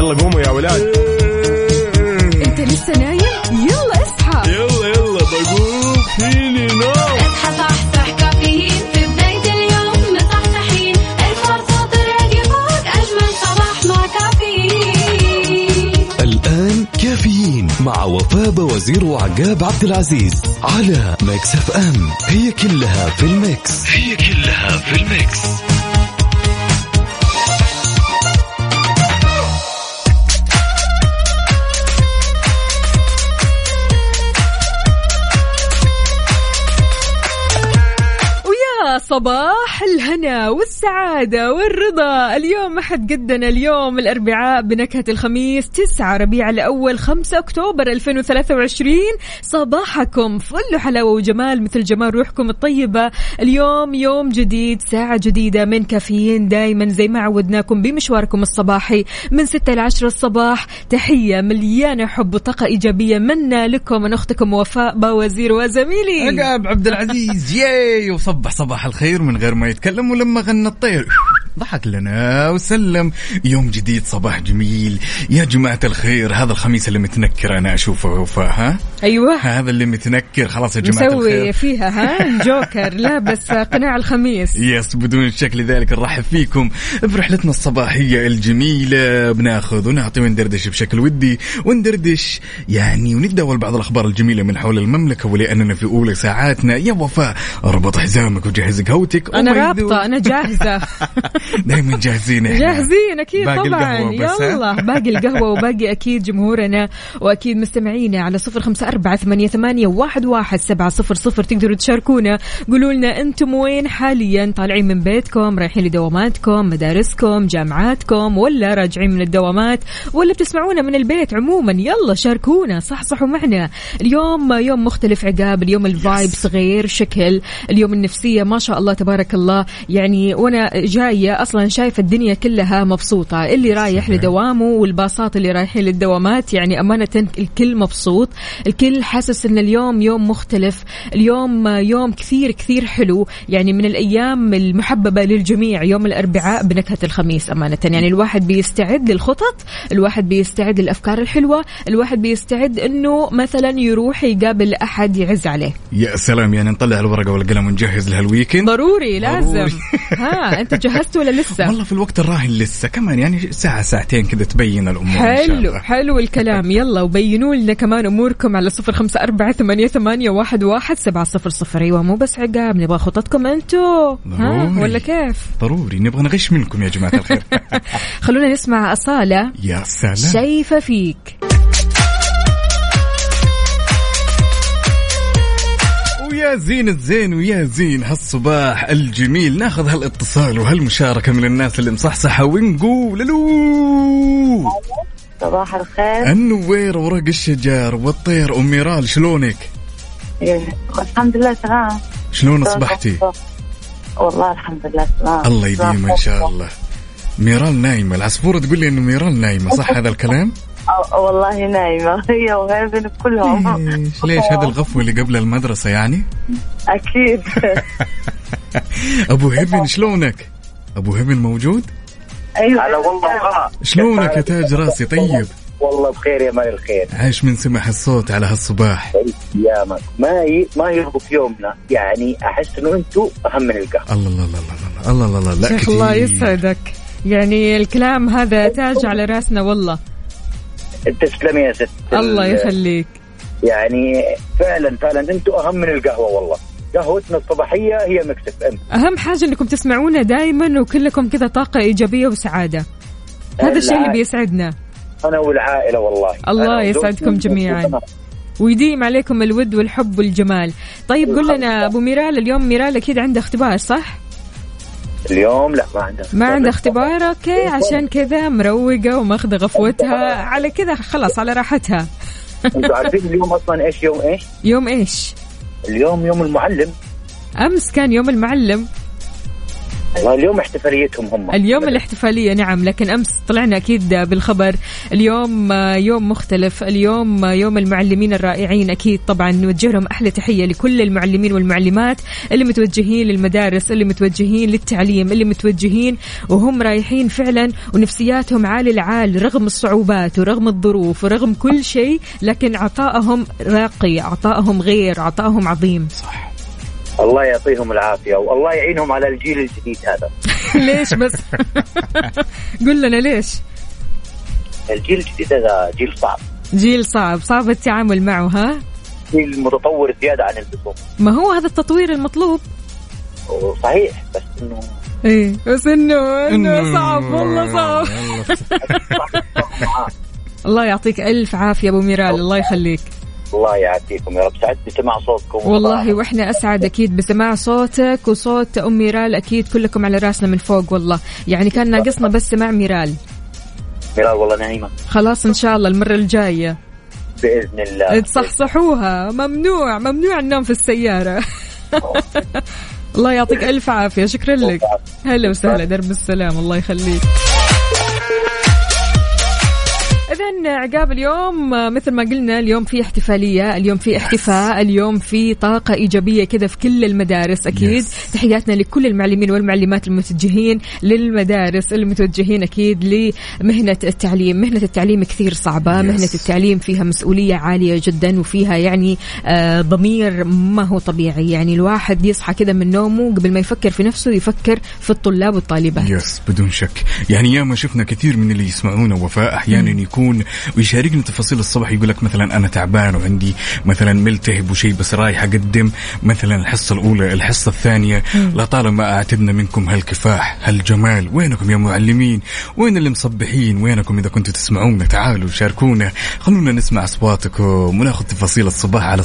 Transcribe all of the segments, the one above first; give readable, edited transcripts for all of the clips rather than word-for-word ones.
يلا قوموا يا ولاد. انت لسه نايم؟ يلا اصحى. يلا بقوم فيني نوم. اصحى صحصح كافيين في بداية اليوم مصحصحين. الفرصة تراك فوق أجمل صباح مع كافيين. الآن كافيين مع وفاء وزير وعقاب عبد العزيز على ميكس اف ام. هي كلها في الميكس. صباح الهنا والسعادة والرضا. اليوم ما حد قدنا. اليوم الأربعاء بنكهة الخميس 9 ربيع الأول 5 أكتوبر 2023. صباحكم فل حلاوة وجمال مثل جمال روحكم الطيبة. اليوم يوم جديد، ساعة جديدة من كافيين، دايما زي ما عودناكم بمشواركم الصباحي من 6 إلى 10 الصباح. تحية مليانة حب وطاقة إيجابية منا لكم من أختكم وفاء باوزير وزميلي عقاب عبد العزيز. ياي وصبح صباح الخير من غير ما يتكلم، ولما غنى الطير ضحك لنا وسلم. يوم جديد، صباح جميل يا جماعة الخير. هذا الخميس اللي متنكر أنا أشوفه وفاء. ها أيوة هذا اللي متنكر خلاص يا جماعة الخير. مسوي فيها ها الجوكر لابس قناع الخميس. يس بدون شك. لذلك نرحب فيكم برحلتنا الصباحية الجميلة. بناخذ ونعطي وندردش بشكل ودي وندردش يعني، ونبدأ بعض الأخبار الجميلة من حول المملكة. ولأننا في أولى ساعاتنا يا وفاء ربط حزامك وجهز قهوتك. أنا رابطة، أنا جاهزة. دايما جاهزين جاهزين أكيد طبعا. يلا باقي القهوة وباقي أكيد جمهورنا وأكيد مستمعينا على 0548811700. تقدروا تشاركونا، قولوا لنا أنتم وين حاليا، طالعين من بيتكم، رايحين لدواماتكم، مدارسكم، جامعاتكم، ولا راجعين من الدوامات، ولا بتسمعونا من البيت عموما. يلا شاركونا، صحصحوا معنا. اليوم يوم مختلف عقاب. اليوم الفايبس غير شكل، اليوم النفسية ما شاء الله تبارك الله. يعني وأنا جاية أصلا شايفة الدنيا كلها مبسوطة، اللي رايح لدوامه والباصات اللي رايحين للدوامات. يعني أمانة الكل مبسوط، الكل حاسس إن اليوم يوم مختلف. اليوم يوم كثير كثير حلو، يعني من الأيام المحببة للجميع. يوم الأربعاء بنكهة الخميس أمانة. يعني الواحد بيستعد للخطط، الواحد بيستعد للأفكار الحلوة، الواحد بيستعد إنه مثلا يروح يقابل أحد يعز عليه. يا سلام، يعني نطلع الورقة والقلم ونجهز لها الويكند. ضروري لازم. ها أنت جهزت ولا لسه؟ والله في الوقت الراهن لسه كمان، يعني ساعة ساعتين كذا تبين الأمور. حلو الكلام. يلا وبينوا لنا كمان أموركم على 0548811700. أيوة مو بس عقاب، نبغى خططكم أنتوا. ها ولا كيف؟ ضروري نبغى نغش منكم يا جماعة الخير. خلونا نسمع أصالة. يا سلام. شايفة فيك. ويا زين الزين ويا زين هالصباح الجميل. ناخذ هالاتصال وهالمشاركة من الناس اللي مصحصحة ونقول الو. صباح الخير. النوير ورق الشجار والطير. أم ميرال شلونك؟ الحمد لله تمام. شلون أصبحتي؟ والله الحمد لله تمام. الله يديم إن شاء الله. ميرال نايمة. العصفورة تقول لي إنه ميرال نايمة، صح هذا الكلام؟ والله نايمة هي وهيفن كلهم. ليش هذا الغفوة اللي قبل المدرسة يعني؟ أكيد. أبو هيفن شلونك؟ أبو هيفن موجود؟ أيوة. هلا والله. شلونك يا تاج راسي؟ طيب والله بخير يا مال الخير. عايش من سمح الصوت على هالصباح. ايامك ما يربط يومنا، يعني احس انه انتم اهم من القهوه. الله الله الله الله الله الله الله. شيخ الله يسعدك، يعني الكلام هذا تاج على راسنا والله. تسلمي يا ست. الله يخليك. يعني فعلا انتم اهم من القهوه والله. قهوتنا الصباحيه هي مكس اف ام. اهم حاجه انكم تسمعونا دائما وكلكم كذا طاقه ايجابيه وسعاده. هذا الشيء اللي بيسعدنا انا والعائله والله. الله يسعدكم جميعا ويديم عليكم الود والحب والجمال. طيب قل لنا ابو ميرال، اليوم ميرال اكيد عنده اختبار صح؟ اليوم لا ما عنده اختبار. اوكي عشان كذا مروقه وماخذه غفوتها على كذا خلاص على راحتها. انتوا عارفين اليوم اصلا ايش يوم ايش؟ يوم ايش؟ اليوم يوم المعلم. امس كان يوم المعلم. اليوم احتفاليتهم هم. اليوم الاحتفالية نعم، لكن أمس طلعنا أكيد بالخبر. اليوم يوم مختلف، اليوم يوم المعلمين الرائعين. أكيد طبعا نوجه لهم أحلى تحية لكل المعلمين والمعلمات اللي متوجهين للمدارس، اللي متوجهين للتعليم، اللي متوجهين وهم رايحين فعلا ونفسياتهم عالي العال رغم الصعوبات ورغم الظروف ورغم كل شيء، لكن عطائهم راقي، عطائهم غير، عطائهم عظيم. صح. الله يعطيهم العافية والله يعينهم على الجيل الجديد هذا. ليش بس؟ قل لنا ليش. الجيل الجديد هذا جيل صعب، جيل صعب، صعب التعامل معه. ها، جيل متطور زيادة عن اللزوم. ما هو هذا التطوير المطلوب. صحيح، بس إنه ايه، بس إنه صعب والله، صعب. الله يعطيك ألف عافية أبو ميرال، الله يخليك. الله يعافيكم يا رب، سعدت بسماع صوتكم والله، وإحنا أسعد أكيد بسماع صوتك وصوت أم ميرال. أكيد كلكم على راسنا من فوق والله، يعني كان ناقصنا بس سماع ميرال. ميرال والله نايمة. خلاص إن شاء الله المرة الجاية بإذن الله تصحصحوها، ممنوع النوم في السيارة. الله يعطيك ألف عافية، شكرا لك. هلا وسهلا، درب السلام، الله يخليك. إذن عقاب اليوم مثل ما قلنا، اليوم في احتفالية، اليوم في احتفاء، اليوم في طاقة إيجابية كذا في كل المدارس. أكيد تحياتنا لكل المعلمين والمعلمات المتوجهين للمدارس، المتوجهين أكيد لمهنة التعليم. مهنة التعليم كثير صعبة، مهنة التعليم فيها مسؤولية عالية جدا، وفيها يعني ضمير ما هو طبيعي. يعني الواحد يصحى كذا من نومه قبل ما يفكر في نفسه يفكر في الطلاب والطالبات. بدون شك. يعني ياما شفنا كثير من اللي يسمعونا وفاء أحيانا يكون ويشاركنا تفاصيل الصباح، يقول لك مثلا أنا تعبان وعندي مثلا ملتهب وشيء، بس رايح أقدم مثلا الحصة الأولى، الحصة الثانية. لطالما أعتدنا منكم هالكفاح هالجمال. وينكم يا معلمين؟ وين اللي مصبحين؟ وينكم إذا كنتوا تسمعونا؟ تعالوا شاركونا، خلونا نسمع أصواتكم وناخذ تفاصيل الصباح على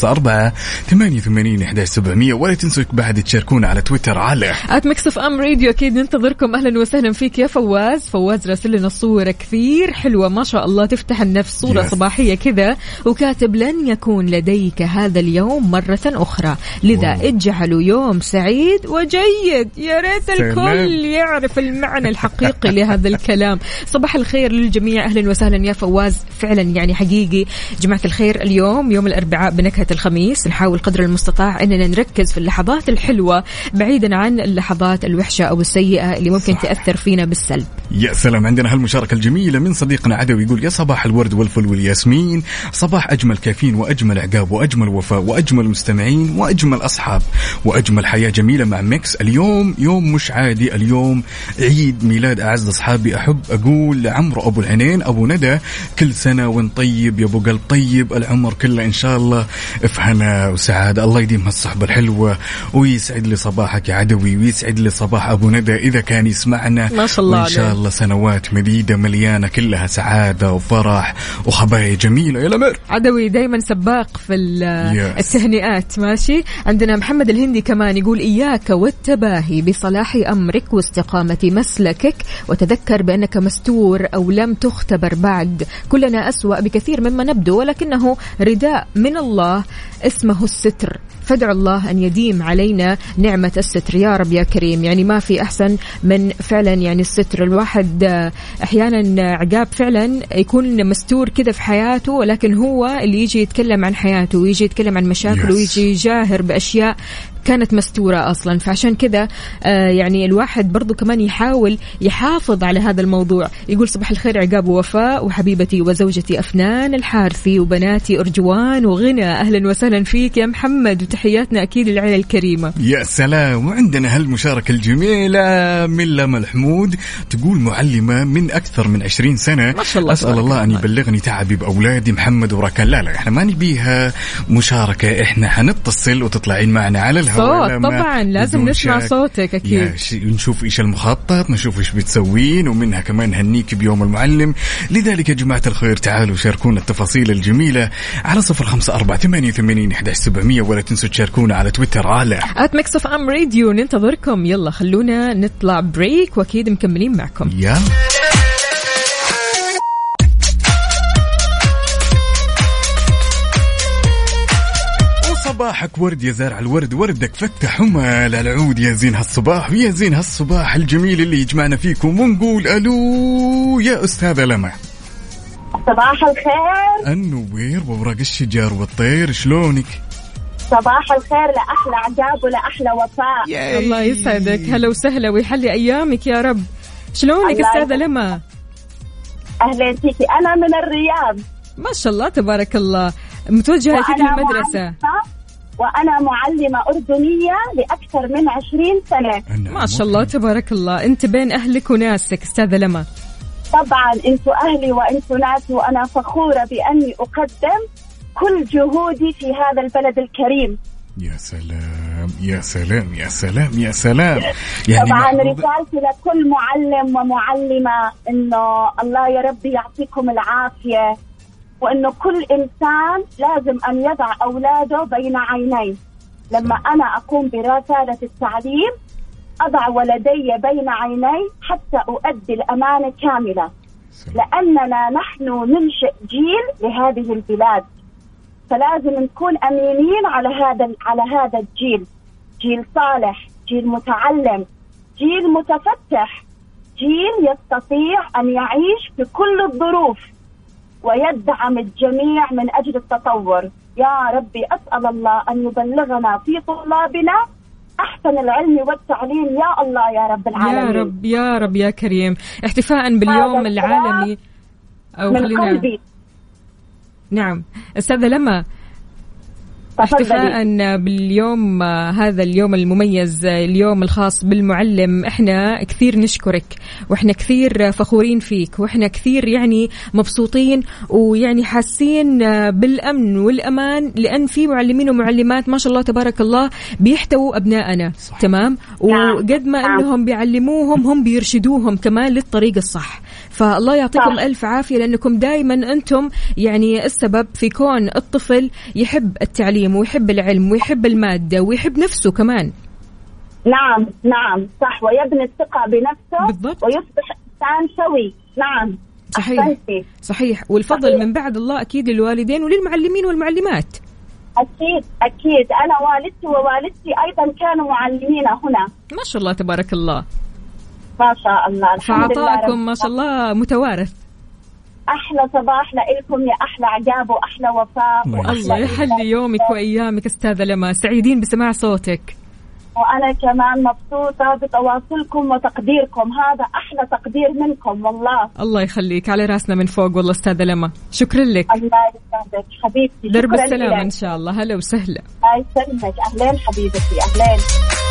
0548811700. ولا تنسوا بعد تشاركونا على تويتر على @mixfm راديو. أكيد ننتظركم. أهلا وسهلا فيك يا فواز راسل لنا صورة كثير حلوة ما شاء الله، تفتح النفس، صورة صباحية كذا، وكاتب لن يكون لديك هذا اليوم مرة أخرى، لذا اجعلوا يوم سعيد وجيد. يا ريت الكل يعرف المعنى الحقيقي لهذا الكلام. صباح الخير للجميع، أهلا وسهلا يا فواز. فعلا يعني حقيقي جماعة الخير، اليوم يوم الأربعاء بنكهة الخميس، نحاول قدر المستطاع أننا نركز في اللحظات الحلوة بعيدا عن اللحظات الوحشة أو السيئة اللي ممكن تأثر فينا بالسلب. يا سلام، عندنا هالمشاركة الجميلة من صديقنا عدوي، يقول يا صباح الورد والفل والياسمين، صباح أجمل كافيين وأجمل عقاب وأجمل وفاء وأجمل مستمعين وأجمل أصحاب وأجمل حياة جميلة مع ميكس. اليوم يوم مش عادي، اليوم عيد ميلاد أعز أصحابي. أحب أقول لعمرو أبو العينين أبو ندى كل سنة وانت طيب يا أبو قلب طيب، العمر كله إن شاء الله في هنا وسعادة، الله يديم هالصحبة الحلوة. ويسعد لي صباحك يا عدوي، ويسعد لي صباح أبو ندى إذا كان يسمعنا، ما شاء الله، وإن شاء الله سنوات مديدة مليانة كلها سعادة وفرح وخبايا جميلة. يا لمر عدوي دايما سباق في التهنئات. ماشي. عندنا محمد الهندي كمان يقول إياك والتباهي بصلاح أمرك واستقامة مسلكك، وتذكر بأنك مستور أو لم تختبر بعد. كلنا أسوأ بكثير مما نبدو، ولكنه رداء من الله اسمه الستر، فادعوا الله أن يديم علينا نعمة الستر يا رب يا كريم. يعني ما في أحسن من فعلا يعني الستر. الواحد أحيانا عقاب فعلا يكون مستور كذا في حياته، ولكن هو اللي يجي يتكلم عن حياته ويجي يتكلم عن مشاكله ويجي يجاهر بأشياء كانت مستورة أصلا. فعشان كذا يعني الواحد برضو كمان يحاول يحافظ على هذا الموضوع. يقول صباح الخير عقاب ووفاء وحبيبتي وزوجتي أفنان الحارثي وبناتي أرجوان وغنى. أهلا وسهلا فيك يا محمد، وتحياتنا أكيد العائلة الكريمة. يا سلام. وعندنا هالمشاركة الجميلة من لما الحمود، تقول معلمة من أكثر من 20 سنة، ما شاء الله، أسأل الله أن يبلغني تعبي بأولادي محمد وراكان. لا إحنا ما نبيها مشاركة، إحنا حنتصل وتطلعين معنا على الهواء. طبعا لازم نسمع صوتك أكيد، نشوف إيش المخطط، نشوف إيش بتسوين، ومنها كمان هنيك بيوم المعلم. لذلك يا جماعة الخير تعالوا شاركونا التفاصيل الجميلة على 0548811700. ولا تنسوا تشاركونا على تويتر على @mixfm راديو. ننتظركم. يلا خلونا نطلع بريك وأكيد مكملين معكم. يلا. صباحك ورد يا زارع الورد، وردك فتح همال العود. يا زين هالصباح ويا زين هالصباح الجميل اللي يجمعنا فيكم، ونقول ألو يا أستاذة لمى. صباح الخير. النوير وورق الشجر والطير، شلونك؟ صباح الخير لأحلى عقاب ولأحلى وفاء. الله يسعدك، هلا وسهلا ويحلي أيامك يا رب. شلونك أستاذة لمى؟ أهلا فيكي، أنا من الرياض. ما شاء الله تبارك الله، متوجهة أكيد للمدرسة. وأنا معلمة أردنية لأكثر من 20 سنة. ما شاء الله تبارك الله. أنت بين أهلك وناسك أستاذة لمى. طبعا أنتوا أهلي وأنتوا ناسي، وأنا فخورة بأني أقدم كل جهودي في هذا البلد الكريم. يا سلام يا سلام يا سلام يا سلام. يعني طبعا رسالتي لكل معلم ومعلمة إنه الله يا رب يعطيكم العافية، وإنه كل إنسان لازم أن يضع أولاده بين عينيه. لما أنا أقوم برسالة التعليم أضع ولدي بين عيني حتى أؤدي الأمانة كاملة، لأننا نحن ننشئ جيل لهذه البلاد، فلازم نكون أمينين على هذا الجيل. جيل صالح، جيل متعلم، جيل متفتح، جيل يستطيع أن يعيش في كل الظروف ويدعم الجميع من أجل التطور. يا ربي أسأل الله أن يبلغنا في طلابنا أحسن العلم والتعليم، يا الله يا رب العالمين. يا رب يا رب يا كريم. احتفاء باليوم العالمي أو من قلبي. نعم أستاذة لمى، احتفاء باليوم هذا اليوم المميز، اليوم الخاص بالمعلم، احنا كثير نشكرك، واحنا كثير فخورين فيك، واحنا كثير يعني مبسوطين ويعني حاسين بالأمن والأمان، لأن في معلمين ومعلمات ما شاء الله تبارك الله بيحتووا أبنائنا. تمام. وقد ما أنهم بيعلموهم هم بيرشدوهم كمان للطريق الصح. فالله يعطيكم ألف عافية، لأنكم دائما أنتم يعني السبب في كون الطفل يحب التعليم ويحب العلم ويحب المادة ويحب نفسه كمان. نعم نعم صح، ويبني الثقة بنفسه بالضبط، ويصبح إنسان سوي. نعم صحيح أحسنتي. صحيح. والفضل صحيح من بعد الله أكيد للوالدين وللمعلمين والمعلمات. أكيد أكيد. أنا والدتي ووالدتي أيضا كانوا معلمين هنا. ما شاء الله تبارك الله. ما شاء الله. الحمد لله. فعطاءكم ما شاء الله متوارث. أحلى صباح لكم يا أحلى عقاب وأحلى وفاء. الله يحلي يومك وأيامك أستاذة لمى، سعيدين بسماع صوتك. وأنا كمان مبسوطة بتواصلكم وتقديركم، هذا أحلى تقدير منكم والله. الله يخليك، على راسنا من فوق والله أستاذة لمى، شكرا لك. الله يسعدك حبيبتي، درب السلامة إن شاء الله. هلا وسهلا. الله يسلمك. أهلين حبيبتي، أهلين.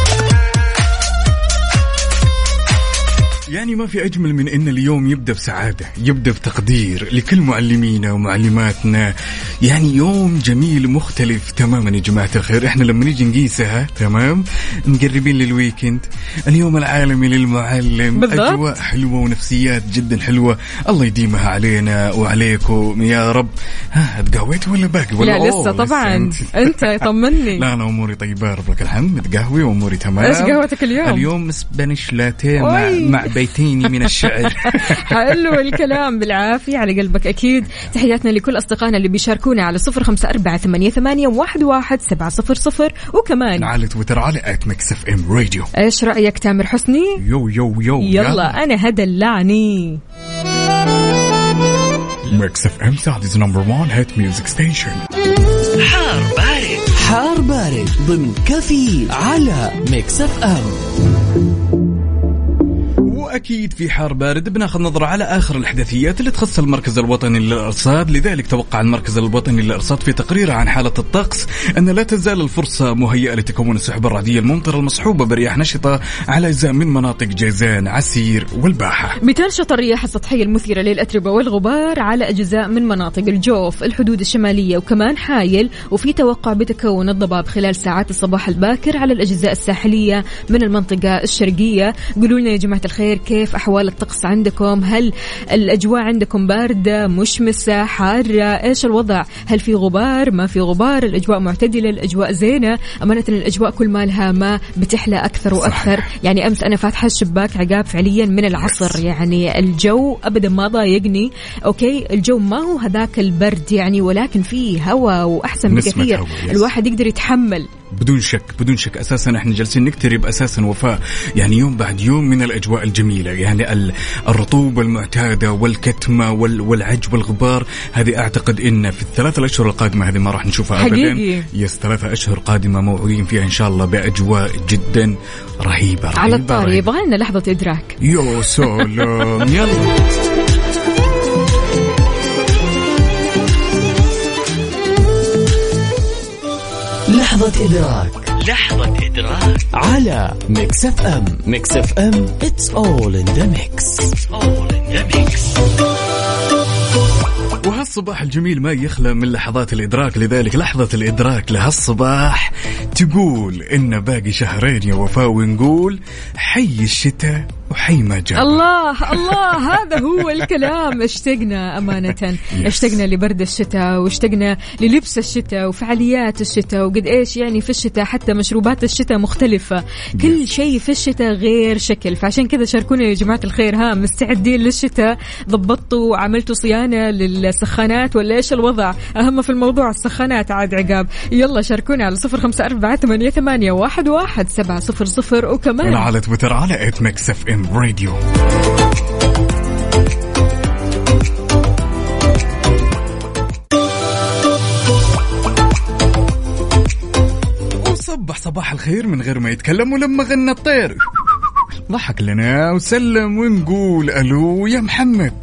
يعني ما في أجمل من إن اليوم يبدأ بسعادة، يبدأ بتقدير لكل معلمينا ومعلماتنا. يعني يوم جميل مختلف تماما يا جماعة الخير. إحنا لما نيجي نقيسها تمام مقربين للويكند، اليوم العالمي للمعلم. بالضبط. أجواء حلوة ونفسيات جدا حلوة، الله يديمها علينا وعليكم يا رب. ها تقهويت ولا باقي ولا؟ لا لسه طبعا. أنت طمني. لا أنا أموري طيبة رب لك الحمد، متقهوي وأموري تمام. إيش قهوتك اليوم؟ اليوم سبانيش لاتيه مع بيتيني من الشعر. حلو الكلام، بالعافية على قلبك أكيد. تحياتنا لكل أصدقائنا اللي بيشاركونا على 0548811700، وكمان على تويتر على @mixfmradio. إيش رأيك تامر حسني؟ يو يو يو يلا أنا هدلعني. Mix FM Saudi's #1 hit music station. حار بارد، حار بارد ضمن كفي على ميكس اف ام. وأكيد في حار بارد بناخذ نظرة على آخر الأحداثيات اللي تخص المركز الوطني للأرصاد. لذلك توقع المركز الوطني للأرصاد في تقريره عن حالة الطقس أن لا تزال الفرصة مهيئة لتكون السحب الرعدية الممطرة المصحوبة برياح نشطة على أجزاء من مناطق جيزان، عسير والباحة. بتنشط الرياح السطحية المثيرة للأتربة والغبار على أجزاء من مناطق الجوف، الحدود الشمالية وكمان حايل. وفي توقع بتكون الضباب خلال ساعات الصباح الباكر على الأجزاء الساحلية من المنطقة الشرقية. قولوا لنا يا جماعة الخير كيف أحوال الطقس عندكم؟ هل الأجواء عندكم باردة مشمسة حارة؟ إيش الوضع؟ هل في غبار ما في غبار؟ الأجواء معتدلة؟ الأجواء زينة؟ أمانة الأجواء كل ما لها ما بتحلى أكثر وأكثر. يعني أمس أنا فاتحة الشباك عقاب فعليا من العصر، يعني الجو أبدا ما ضايقني. أوكي الجو ما هو هذاك البرد يعني، ولكن فيه هواء وأحسن بكثير، الواحد يقدر يتحمل. بدون شك بدون شك. أساسا احنا جالسين نقترب أساسا وفاء يعني يوم بعد يوم من الأجواء الجميلة، يعني الرطوبة المعتادة والكتمة والعج والغبار هذه أعتقد إن في الثلاثة الأشهر القادمة هذه ما راح نشوفها أبدا. 3 أشهر قادمة موعودين فيها إن شاء الله بأجواء جدا رهيبة. على الطاري يبغى لنا لحظة إدراك. يو سلام. يلا لحظة إدراك. لحظة إدراك على ميكس اف ام. ميكس اف ام it's all in the mix. وهالصباح الجميل ما يخلى من لحظات الإدراك، لذلك لحظة الإدراك لهالصباح تقول إن باقي شهرين يا وفاء، ونقول حي الشتاء وحي ما جاء. الله الله، هذا هو الكلام. اشتقنا أمانة، اشتقنا لبرد الشتاء، واشتقنا للبس الشتاء وفعاليات الشتاء، وقد إيش يعني في الشتاء حتى مشروبات الشتاء مختلفة، كل شيء في الشتاء غير شكل. فعشان كذا شاركونا يا جماعة الخير، ها مستعدين للشتاء؟ ضبطوا عملتوا صيانة للسخانات ولا إيش الوضع؟ أهم في الموضوع السخانات عاد عقاب. يلا شاركونا على 0548811700 وكمان على تويتر على @mixfm راديو. وصبح صباح الخير من غير ما يتكلم، ولما غنى الطير ضحك لنا وسلم، ونقول ألو يا محمد.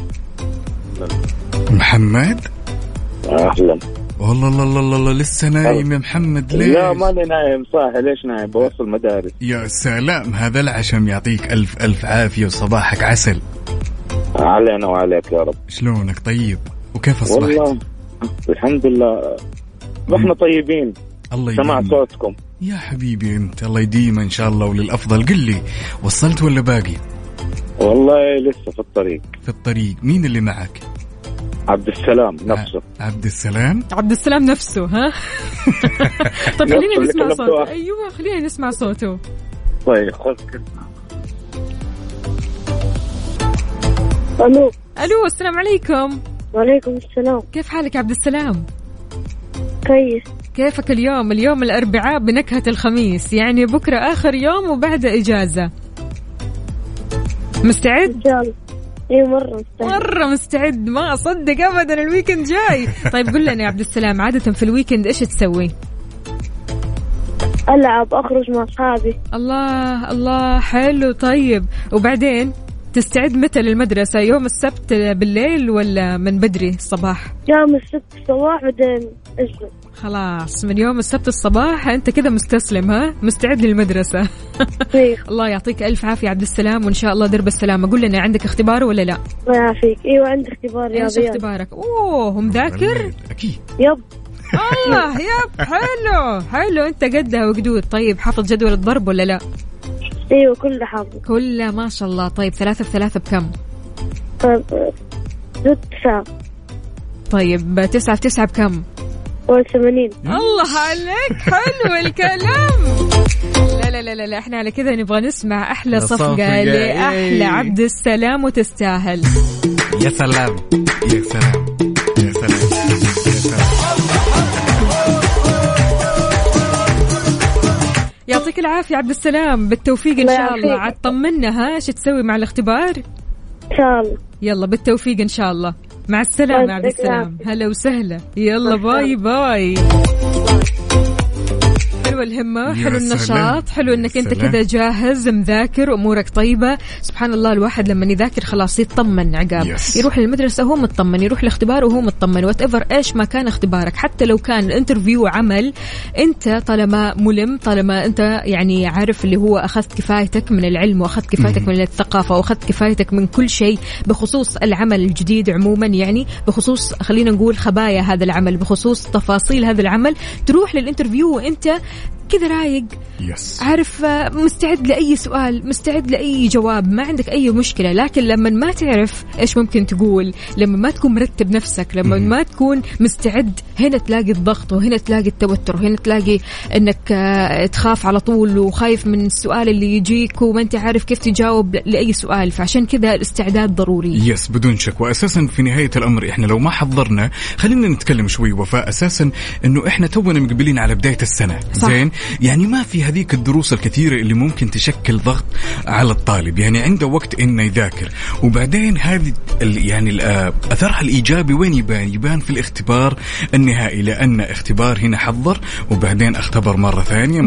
محمد أهلا. والله الله لسه نايم يا محمد؟ ليش؟ لا ماني نايم، صاحي. ليش نايم؟ بوصل مدارس. يا سلام، هذا العشم. يعطيك ألف عافية وصباحك عسل. علينا وعليك يا رب. شلونك؟ طيب وكيف أصبحت؟ والله الحمد لله نحن طيبين. الله سمع صوتكم يا حبيبي انت، الله يديم ان شاء الله وللأفضل. قل لي وصلت ولا باقي؟ والله لسه في الطريق. في الطريق. مين اللي معك؟ عبد السلام نفسه. عبد السلام نفسه. ها طب خلينا نسمع صوته. أيوة خلينا نسمع صوته. طيب خذ كده. ألو السلام عليكم. وعليكم السلام. كيف حالك عبد السلام؟ كويس. كيفك اليوم الأربعاء بنكهة الخميس، يعني بكرة آخر يوم وبعد إجازة. مستعد؟ إن شاء الله. إيه مرة مستعد. ما أصدق أبدا الويكند جاي. طيب قل لنا يا عبد السلام، عادة في الويكند إيش تسوي؟ ألعب، أخرج مع أصحابي. الله حلو. طيب وبعدين تستعد متى للمدرسة؟ يوم السبت بالليل ولا من بدري الصباح؟ يوم السبت الصباح بعدين أجلس. خلاص من يوم السبت الصباح أنت كذا مستسلم، ها مستعد للمدرسة. الله يعطيك ألف عافية عبد السلام، وإن شاء الله درب السلام. قول لنا عندك اختبار ولا لا؟ الله يعافيك. أيوة عندي اختبار رياضيات. إيش اختبارك؟ أوه مذاكر؟ أكيد. يب. الله يب حلو أنت قدها وقدود. طيب حافظ جدول الضرب ولا لا؟ ايوه كله حافظ. كله ما شاء الله. طيب 3 في 3 بكم؟ طيب 9. طيب 9 في 9 بكم؟ 80. الله عليك حلو الكلام. لا احنا على كذا نبغى نسمع احلى صفقة لأحلى عبد السلام وتستاهل. يا سلام. يعطيك العافية عبد السلام، بالتوفيق إن شاء الله. عاد طمنا، ها ايش تسوي مع الاختبار؟ إن شاء الله. يلا بالتوفيق إن شاء الله. مع السلامة عبد السلام. هلا وسهلا. يلا باي. حلو الهمة، حلو النشاط، حلو انك انت كذا جاهز مذاكر امورك طيبة. سبحان الله الواحد لما يذاكر خلاص يطمن عقاب. يروح للمدرسة وهو مطمن، يروح الاختبار وهو مطمن. واتيفر ايش ما كان اختبارك، حتى لو كان الانترفيو عمل، انت طالما ملم، طالما انت يعني عارف اللي هو اخذت كفايتك من العلم، واخذت كفايتك من الثقافة، واخذت كفايتك من كل شيء بخصوص العمل الجديد عموما، يعني بخصوص خلينا نقول خبايا هذا العمل، بخصوص تفاصيل هذا العمل، تروح للانترفيو وانت كذا رايق، عارف مستعد لأي سؤال، مستعد لأي جواب، ما عندك أي مشكلة. لكن لما ما تعرف إيش ممكن تقول، لما ما تكون مرتب نفسك، لما ما تكون مستعد، هنا تلاقي الضغط، وهنا تلاقي التوتر، وهنا تلاقي أنك تخاف على طول وخايف من السؤال اللي يجيك وما أنت عارف كيف تجاوب لأي سؤال. فعشان كذا الاستعداد ضروري. بدون شك. وأساسا في نهاية الأمر إحنا لو ما حضرنا، خلينا نتكلم شوي وفاء، أساسا إنه إحنا تونا مقبلين على بداية السنة، زين، يعني ما في هذيك الدروس الكثيرة اللي ممكن تشكل ضغط على الطالب، يعني عنده وقت إنه يذاكر. وبعدين هذه يعني أثرها الإيجابي وين يبان في الاختبار النهائي، لأن اختبار هنا حضر وبعدين اختبر مرة ثانية،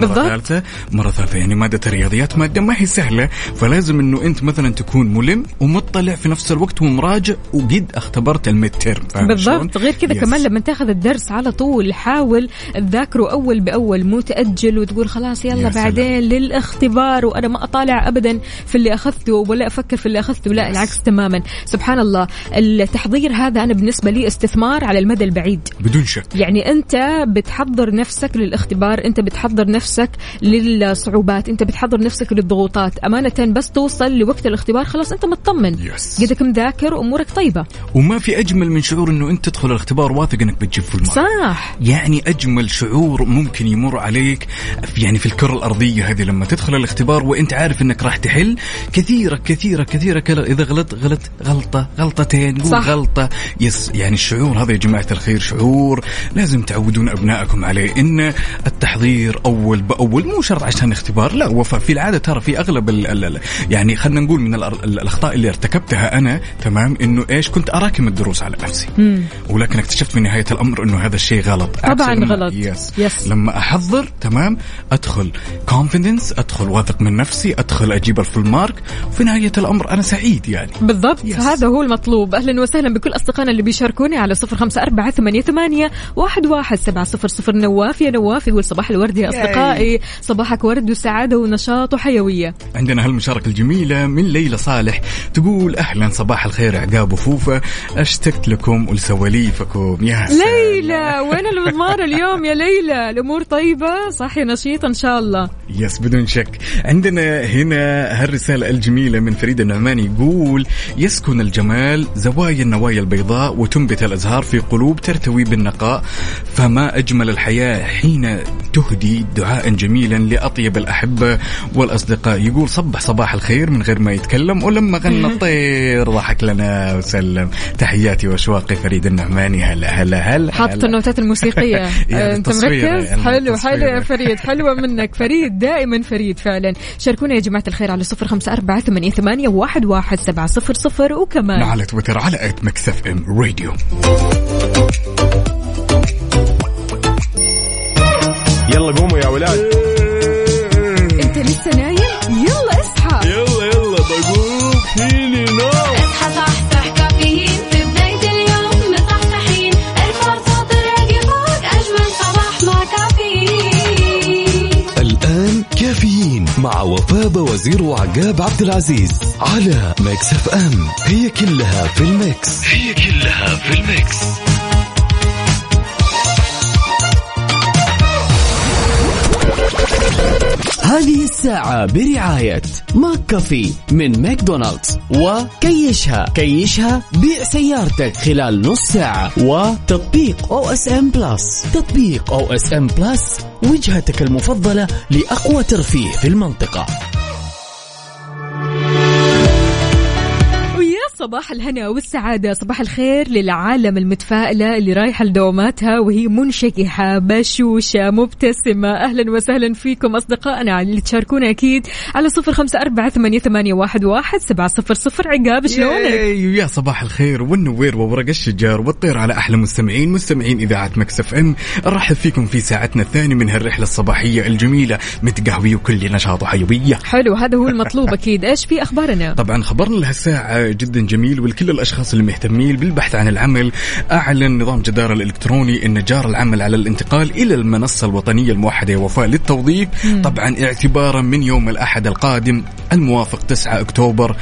مرة ثالثة. يعني مادة الرياضيات مادة ما هي سهلة، فلازم إنه أنت مثلا تكون ملم ومطلع في نفس الوقت ومراجع وقد اختبرت الميدتيرم. بالضبط. غير كذا كمان لما تاخذ الدرس على طول حاول تذاكره أول بأول، مو تأجل وتقول خلاص يلا بعدين للاختبار وأنا ما أطالع أبدا في اللي أخذته ولا أفكر في اللي أخذته. لا العكس تماما. سبحان الله، التحضير هذا أنا بالنسبة لي استثمار على المدى البعيد بدون شك. يعني أنت بتحضر نفسك للاختبار، أنت بتحضر نفسك للصعوبات، أنت بتحضر نفسك للضغوطات. أمانة بس توصل لوقت الاختبار خلاص أنت مطمن، قدك مذاكر وأمورك طيبة. وما في أجمل من شعور إنه أنت تدخل الاختبار واثق إنك بتجيب في المارك. صح. يعني أجمل شعور ممكن يمر عليك يعني في الكرة الأرضية هذه، لما تدخل الاختبار وأنت عارف إنك راح تحل كثيرة كثيرة كثيرة، إذا غلط غلطتين غلطة يعني الشعور هذا يا جماعة الخير شعور لازم تعودون أبنائكم عليه، إن التحضير أول بأول مو شرط عشان اختبار، لا وفي في العادة ترى في أغلب يعني خلنا نقول من الأخطاء اللي ارتكبتها أنا، تمام، إنه إيش كنت أراكم الدروس على نفسي، ولكن اكتشفت في نهاية الأمر إنه هذا الشيء غلط. طبعا غلط. لما أحضر تمام أدخل confidence، أدخل واثق من نفسي، أدخل أجيب الفول مارك، وفي نهاية الأمر أنا سعيد يعني. بالضبط. هذا هو المطلوب. أهلا وسهلا بكل أصدقائنا اللي بيشاركوني على 0548811700. نواف يا نواف يقول صباح الورد يا أصدقائي، صباحك ورد وسعادة ونشاط وحيوية. عندنا هالمشاركة الجميلة من ليلى صالح تقول أهلا صباح الخير عقاب وفوفة، اشتقت لكم ولسواليفكم. يا ليلى وين المضمار اليوم يا ليلى؟ الأمور طيبة صح يا نشيط إن شاء الله. بدون شك. عندنا هنا هالرسالة الجميلة من فريد النعماني يقول يسكن الجمال زوايا النوايا البيضاء وتنبت الأزهار في قلوب ترتوي بالنقاء، فما أجمل الحياة حين تهدي دعاء جميلا لأطيب الأحبة والأصدقاء. يقول صباح الخير من غير ما يتكلم، ولما غنى الطير ضحك لنا وسلم. تحياتي واشواقي فريد النعماني. هلا حاطط النوتات الموسيقية. انت مركز. حلو يا فريد، حلوة منك فريد، دائما فريد فعلا. شاركونا يا جماعة الخير على 0548811700 وكمان على تويتر على @mixfm radio. يلا قوموا يا ولاد. انت لسه نايم؟ يلا اصحى. يلا بقوم فيني نوم. اصحى صحصح كافيين في بداية اليوم مصحصحين، الفرصة تراقي فوق أجمل صباح مع كافيين. الآن كافيين مع وفاء وزير وعقاب عبد العزيز على ميكس اف ام. هي كلها في الميكس. هذه الساعة برعاية ماك كافي من ماكدونالدز، وكيشها بيع سيارتك خلال نص ساعة، وتطبيق OSM Plus. تطبيق OSM Plus وجهتك المفضلة لأقوى ترفيه في المنطقة. صباح الهنا والسعادة، صباح الخير للعالم المتفائلة اللي رايحة لدواماتها وهي منشكحة بشوشة مبتسمة. أهلا وسهلا فيكم أصدقائنا اللي تشاركونا أكيد على 0548811700. عقاب شلونك؟ يا صباح الخير والنوير وورق الشجار والطير على أحلى مستمعين إذاعة ميكس اف ام. أرحب فيكم في ساعتنا الثانية من هالرحلة الصباحية الجميلة، متقهوي وكل نشاط وحيوية. حلو، هذا هو المطلوب أكيد. إيش في أخبارنا؟ طبعا خبرنا لهالساعة جدا جميل ولكل الأشخاص اللي مهتمين بالبحث عن العمل. أعلن نظام جدارة الإلكتروني أن جار العمل على الانتقال إلى المنصة الوطنية الموحدة وفاء للتوظيف طبعا اعتبارا من يوم الأحد القادم الموافق 9 أكتوبر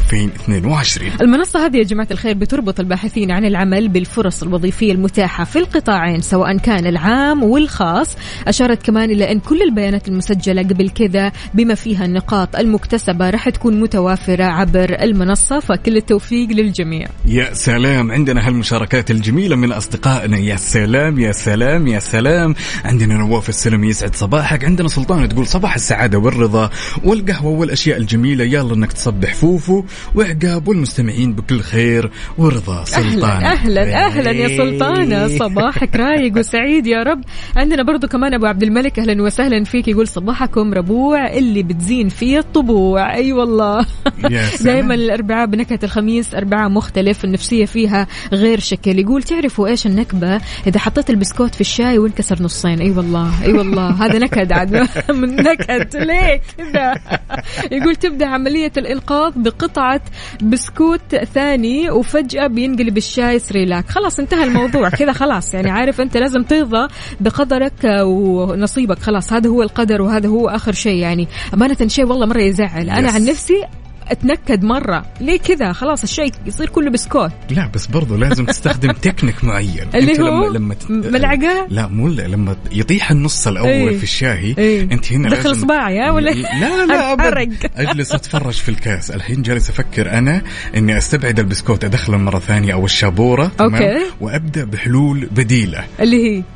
2022. المنصة هذه يا جماعة الخير بتربط الباحثين عن العمل بالفرص الوظيفية المتاحة في القطاعين سواء كان العام والخاص. أشارت كمان إلى أن كل البيانات المسجلة قبل كذا بما فيها النقاط المكتسبة رح تكون متوافرة عبر المنصة، فكل التوفيق للجميع. يا سلام، عندنا هالمشاركات الجميلة من أصدقائنا. يا سلام يا سلام يا سلام. عندنا نواف السلمي يسعد صباحك. عندنا سلطان تقول صباح السعادة والرضا والقهوة والأشياء الجميلة، يلا إنك تصبح فوفو وعقاب والمستمعين بكل خير ورضا. سلطان أهلا يا سلطانة، صباحك رايق وسعيد يا رب. عندنا برضو كمان أبو عبد الملك، أهلا وسهلا فيك، يقول صباحكم ربوع اللي بتزين فيه الطبوع. أي والله دائما الأربعاء بنكهة الخميس أربعاء مختلف، النفسية فيها غير شكل. يقول تعرفوا إيش النكبة؟ إذا حطيت البسكوت في الشاي وانكسر نصين. أي والله هذا نكد عاد من نكد ليه كذا. يقول تبدأ عملية الإنقاذ بقطعة بسكوت ثاني وفجأة بينقلب الشاي سريلاك. خلاص انتهى الموضوع كذا، خلاص يعني عارف أنت لازم ترضى بقدرك ونصيبك، خلاص هذا هو القدر وهذا هو آخر شيء. يعني أمانة شيء والله مرة يزعل. أنا عن نفسي اتنكد مرة ليه كذا، خلاص الشيء يصير كله بسكوت. لا بس برضو لازم تستخدم تكنيك معين اللي هو لما ملعقة، لا مو لما يطيح النص الأول في الشاي انت هنا دخل صباعي ولا لا اجلس اتفرج في الكاس. الحين جالس افكر انا اني استبعد البسكوت ادخله مرة ثانية او الشابورة وابدأ بحلول بديلة اللي هي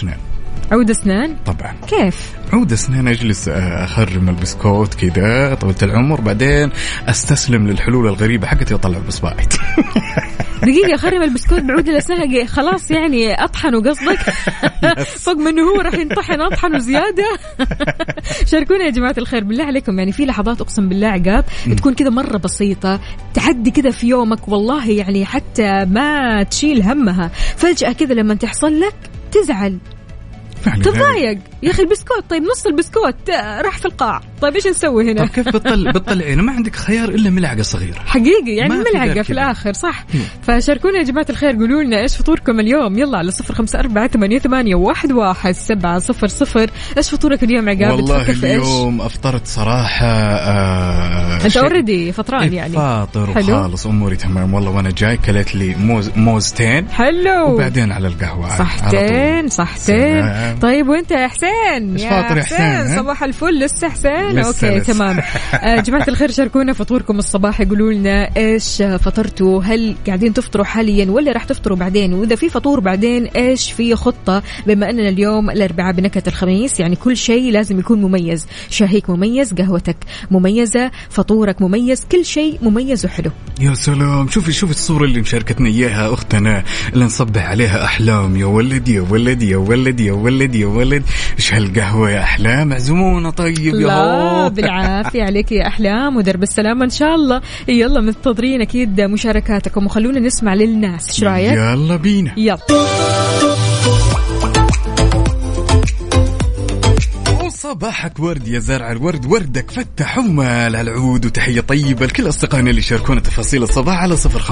عود أسنان طبعا. كيف عود أسنان؟ أجلس أخرم البسكوت كذا طولة العمر، بعدين أستسلم للحلول الغريبة حقتي وأطلع بصباعي. دقيقة أخرم البسكوت بعود الأسنان خلاص يعني أطحنه قصدك؟ فوق منه هو راح ينطحن أطحنه زيادة. شاركونا يا جماعة الخير بالله عليكم، يعني في لحظات أقسم بالله عقاب تكون كذا مرة بسيطة تعدي كذا في يومك والله يعني حتى ما تشيل همها، فجأة كذا لما تحصل لك تزعل تضايق. يا أخي البسكوت، طيب نص البسكوت راح في القاع، طيب إيش نسوي هنا؟ طيب كيف بتطلعين؟ ما عندك خيار إلا ملعقة صغيرة حقيقي، يعني ملعقة في الآخر صح. فشاركونا يا جماعة الخير، قولوا لنا إيش فطوركم اليوم، يلا على 0548811700. إيش فطورك اليوم عقاب؟ والله اليوم أفطرت صراحة أنت أوريدي فطران يعني فاطر وخالص أموري تمام والله. وأنا جاي كلت لي موزتين حلو وبعدين على القهوة صحتين. طيب وانت يا حسين؟ يا حسين صباح الفل. لسه حسين؟ اوكي تمام. جماعة الخير شاركونا فطوركم الصباح، يقولوا لنا ايش فطرتوا، هل قاعدين تفطروا حاليا ولا راح تفطروا بعدين، واذا في فطور بعدين ايش في خطة، بما اننا اليوم الاربعاء بنكهة الخميس يعني كل شيء لازم يكون مميز. شاهيك مميز، قهوتك مميزة، فطورك مميز، كل شيء مميز وحلو. يا سلام، شوفي الصورة اللي مشاركتنا اياها اختنا اللي نصبح عليها احلام. يا ولد يا ولد يا ولد يا ولد يا ولد، ايش هالقهوة يا أحلام، عزمونا طيب يا لا بالعافية عليك يا أحلام ودرب السلامة إن شاء الله. يلا منتظرين أكيد مشاركاتكم وخلونا نسمع للناس، إيش رأيك؟ يلا بينا يلا. صباحك ورد يا زارع الورد، وردك فتح ومال على العود. وتحية طيبة لكل أصدقائنا اللي شاركونا تفاصيل الصباح على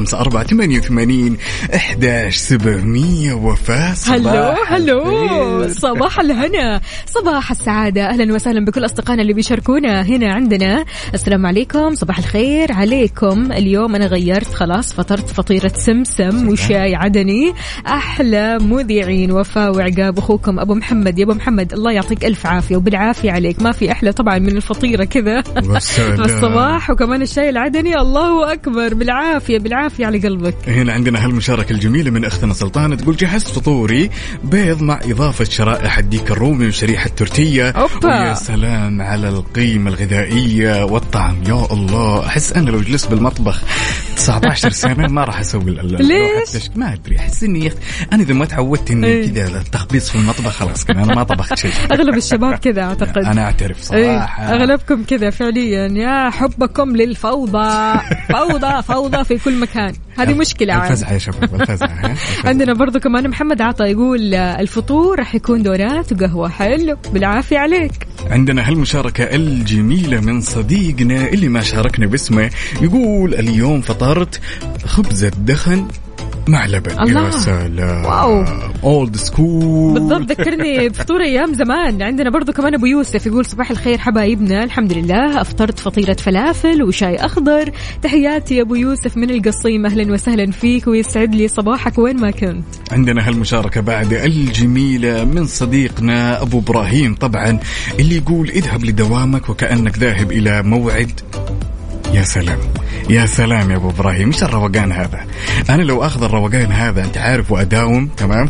0548811700. وفاء هلو صباح الهنا، صباح السعادة، أهلا وسهلا بكل أصدقائنا اللي بيشاركونا. هنا عندنا السلام عليكم، صباح الخير عليكم. اليوم أنا غيرت خلاص، فطرت فطيرة سمسم وشاي عدني. أحلى مذيعين وفاء وعقاب، أخوكم أبو محمد. يا أبو محمد الله يعطيك ألف عافية وبالعافية عليك، ما في أحلى طبعا من الفطيرة كذا بالصباح، وكمان الشاي العدني الله أكبر، بالعافية على قلبك. هنا عندنا هالمشاركة الجميلة من أختنا سلطانة، تقول جهزت فطوري بيض مع إضافة شرائح الديك الرومي وشريحة تورتية. ويا سلام على القيمة الغذائية والطعم، يا الله. أحس أنا لو جلست بالمطبخ 19 سنة ما راح أسوي ليش؟ ما أدري، أحس إني أنا إذا ما تعودت إني كذا التخبيص في المطبخ خلاص كذا أنا ما طبخت شيء. أغلب الشباب كذا أعتقد. أنا أعترف صراحة أغلبكم كذا فعليا، يا حبكم للفوضى. فوضى في كل مكان، هذه مشكلة. الفزعة يا شباب، الفزعة. عندنا برضو كمان محمد عطا يقول الفطور رح يكون دونات وقهوة. حلو، بالعافية عليك. عندنا هالمشاركة الجميلة من صديقنا اللي ما شاركنا باسمه، يقول اليوم فطرت خبزة دخن مع لبن. الله. يا سلام، واو، اولد سكول بالضبط، ذكرني بفطور ايام زمان. عندنا برضو كمان ابو يوسف يقول صباح الخير حبايبنا، الحمد لله افطرت فطيرة فلافل وشاي اخضر. تحياتي يا ابو يوسف من القصيم، اهلا وسهلا فيك ويسعد لي صباحك وين ما كنت. عندنا هالمشاركة بعد الجميلة من صديقنا ابو ابراهيم طبعا، اللي يقول اذهب لدوامك وكأنك ذاهب الى موعد. يا سلام يا سلام يا ابو ابراهيم، ايش الروقان هذا؟ انا لو اخذ الروقان هذا انت عارف واداوم تمام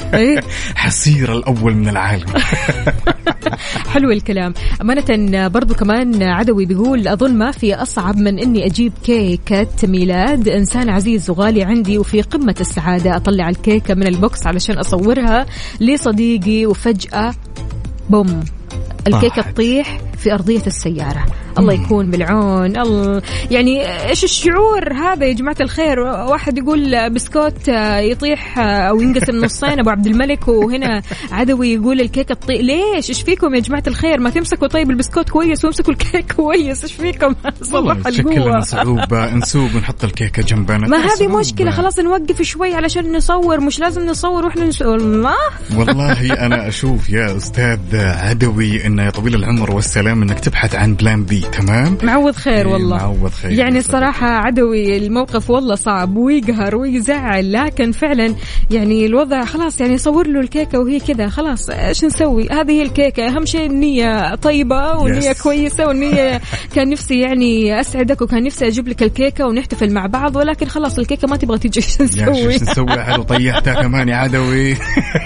حصير الاول من العالم. حلو الكلام. أمانة برضو كمان عدوي بيقول أظن ما في أصعب من إني أجيب كيكة ميلاد إنسان عزيز وغالي عندي وفي قمة السعادة، أطلع الكيكة من البوكس علشان أصورها لصديقي وفجأة بوم الكيكة تطيح في أرضية السيارة. الله يكون بالعون. الله، يعني إيش الشعور هذا يا جماعة الخير؟ واحد يقول بسكوت يطيح أو ينقسم نصين أبو عبد الملك، وهنا عدوي يقول الكيكة تطيح. ليش؟ إيش فيكم يا جماعة الخير؟ ما تمسكوا طيب البسكوت كويس وامسكوا الكيك كويس. إيش فيكم؟ صباح القوة. شكلنا صعوبة نسوق ونحط الكيكة جنبنا. ما هذه مشكلة، خلاص نوقف شوي علشان نصور، مش لازم نصور وإحنا والله أنا أشوف يا أستاذ عدوي إن يا طويل العمر والسلام إنك تبحث عن بلان بي. تمام، معوض خير والله. معوض خير. يعني الصراحة عدوي الموقف والله صعب ويقهر ويزعل، لكن فعلا يعني الوضع خلاص، يعني صور له الكيكة وهي كذا خلاص. ايش نسوي؟ هذه هي الكيكة، اهم شيء النية طيبة والنية كويسة، والنية كان نفسي يعني أسعدك وكان نفسي أجيب لك الكيكة ونحتفل مع بعض، ولكن خلاص الكيكة ما تبغى تيجي. ايش نسوي؟ ايش نسوي؟ حلو طيحتها كمان يا عدوي.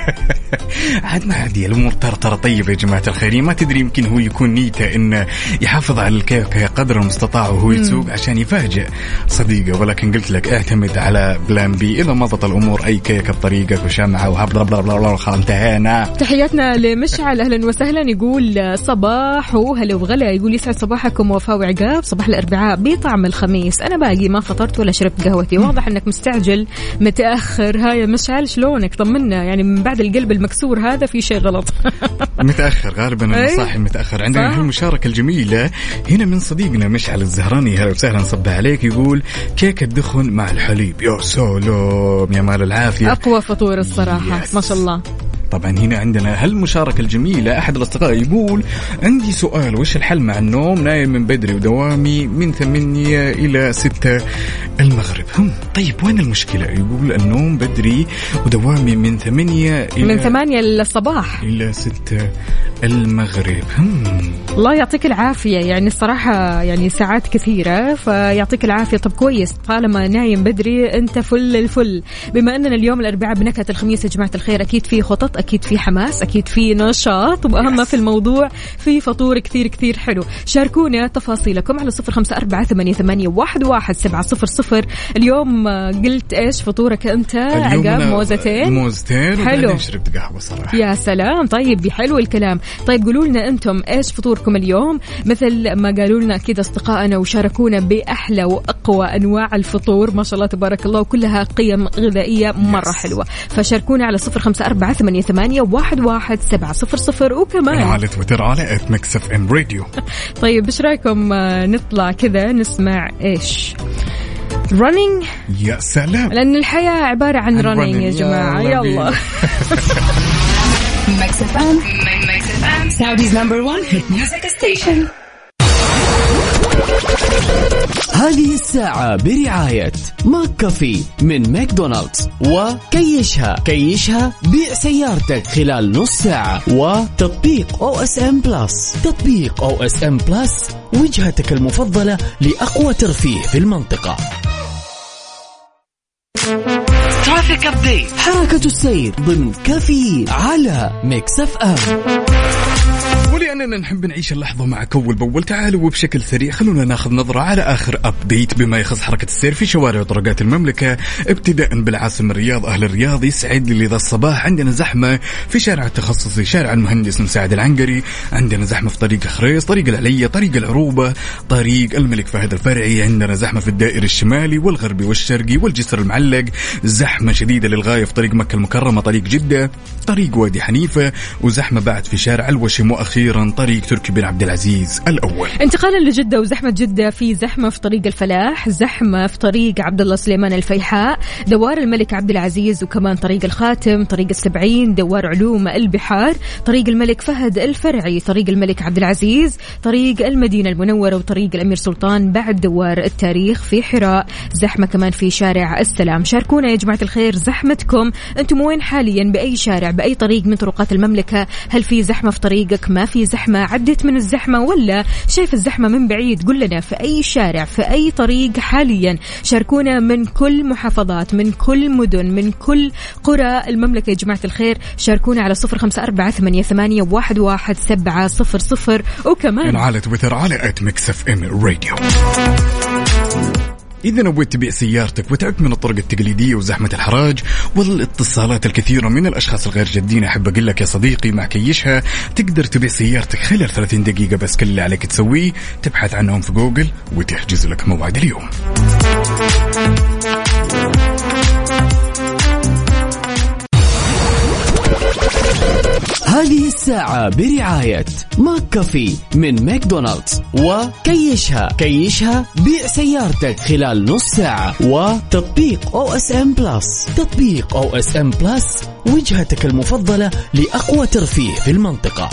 عاد ما عادي الأمور ترى طيبة يا جماعة الخير. ما تدري يمكن هو يكون نيته إنه يحافظ على الكيكة قدر المستطاع وهو يسوق عشان يفاجئ صديقه، ولكن قلت لك اعتمد على بلان بي. إذا ما ضبط الأمور أي كيكة بطريقك وشمعة وهبلا انتهينا. تحياتنا لمشعل، أهلا وسهلا. يقول صباح وهلا وغلا، يقول يسعد صباحكم وفاء وعقاب، صباح الأربعاء بطعم الخميس. أنا باقي ما فطرت ولا شربت قهوتي. واضح أنك مستعجل متأخر. هاي مشعل شلونك؟ طمنا، يعني من بعد القلب المكسور هذا في شيء غلط. متأخر غالبا، أنا صاحي متأخر. عندنا المشاركة الجميلة هنا من صديقنا مشعل الزهراني، هلا وسهلا صبح عليك. يقول كيكة دخن مع الحليب. يا سلام يا مال العافية، أقوى فطور الصراحة. ما شاء الله. طبعا هنا عندنا هالمشاركة الجميلة. أحد الأصدقاء يقول عندي سؤال، وش الحل مع النوم؟ نايم من بدري ودوامي من 8 إلى 6 المغرب. طيب وين المشكلة؟ يقول النوم بدري ودوامي من 8 الصباح إلى 6 المغرب. الله يعطيك العافية. يعني الصراحة يعني ساعات كثيرة، فيعطيك العافية. طب كويس، طالما نايم بدري أنت فل الفل. بما أننا اليوم الأربعاء بنكهة الخميس يا جماعة الخير، أكيد في خطط، أكيد في حماس، أكيد في نشاط، وأهم في الموضوع في فطور كثير كثير حلو. شاركونا تفاصيلكم على 0548811700. اليوم قلت إيش فطورك أنت؟ عقاب موزتين حلو، شربت قهوة صراحة. يا سلام. طيب حلو الكلام. طيب قولوا لنا أنتم إيش فطوركم اليوم، مثل ما قالوا لنا أكيد أصدقائنا وشاركونا بأحلى وأقوى أنواع الفطور ما شاء الله تبارك الله، وكلها قيم غذائية مرة حلوة. فشاركونا على 0548811700. وكمان على تويتر على @mixfmradio. طيب إيش رأيكم نطلع كذا نسمع إيش running؟ يا سلام، لأن الحياة عبارة عن running يا جماعة. يلا Mix FM, Saudi's number one hit music station. هذه الساعة برعاية ماك كافي من ماكدونالدز، وكيشها بيع سيارتك خلال نص ساعة، وتطبيق OSM Plus. تطبيق OSM Plus وجهتك المفضلة لأقوى ترفيه في المنطقة. ترافيك أبديت، حركة السير ضمن كافي على ميكس اف ام. ولأننا نحب نعيش اللحظة معك أول بأول، تعالوا وبشكل سريع خلونا ناخذ نظرة على آخر أبديت بما يخص حركة السير في شوارع وطرقات المملكة، ابتداء بالعاصمة الرياض. أهل الرياض يسعد لي ذا الصباح، عندنا زحمة في شارع التخصصي شارع المهندس مساعد العنقري، عندنا زحمة في طريق خريص، طريق العلية، طريق العروبة، طريق الملك فهد الفرعي، عندنا زحمة في الدائري الشمالي والغربي والشرقي والجسر المعلق، زحمة شديدة للغاية في طريق مكة المكرمة، طريق جدة، طريق وادي حنيفة، وزحمة بعد في شارع الوشم، وأخيرا طريق تركي بن عبد العزيز الأول. انتقالا لجدة وزحمة جدة، في زحمة في طريق الفلاح، زحمة في طريق عبد الله سليمان الفيحاء، دوار الملك عبد العزيز، وكمان طريق الخاتم، طريق السبعين، دوار علوم البحار، طريق الملك فهد الفرعي، طريق الملك عبد العزيز، طريق المدينة المنورة، وطريق الأمير سلطان بعد دوار التاريخ في حراء، زحمة كمان في شارع السلام. شاركونا يا جماعة الخير زحمتكم، أنتم وين حاليا، بأي شارع، بأي طريق من طرقات المملكة؟ هل في زحمة في طريقك؟ ما في زحمة؟ عدت من الزحمة ولا شايف الزحمة من بعيد؟ قل لنا في أي شارع، في أي طريق حاليا. شاركونا من كل محافظات، من كل مدن، من كل قرى المملكة يا جماعة الخير. شاركونا على 0548811700 وكمان على تويتر على @mixfmradio. إذا نويت تبيع سيارتك وتعبت من الطرق التقليدية وزحمة الحراج والاتصالات الكثيرة من الأشخاص الغير جادين، أحب أقول لك يا صديقي مع كيشها تقدر تبيع سيارتك خلال 30 دقيقة بس. كل اللي عليك تسويه تبحث عنهم في جوجل وتحجز لك موعد اليوم. هذه الساعة برعاية ماك كافي من ماكدونالدز، وكيشها بيع سيارتك خلال نص ساعة، وتطبيق OSM بلس. تطبيق OSM بلس وجهتك المفضلة لأقوى ترفيه في المنطقة.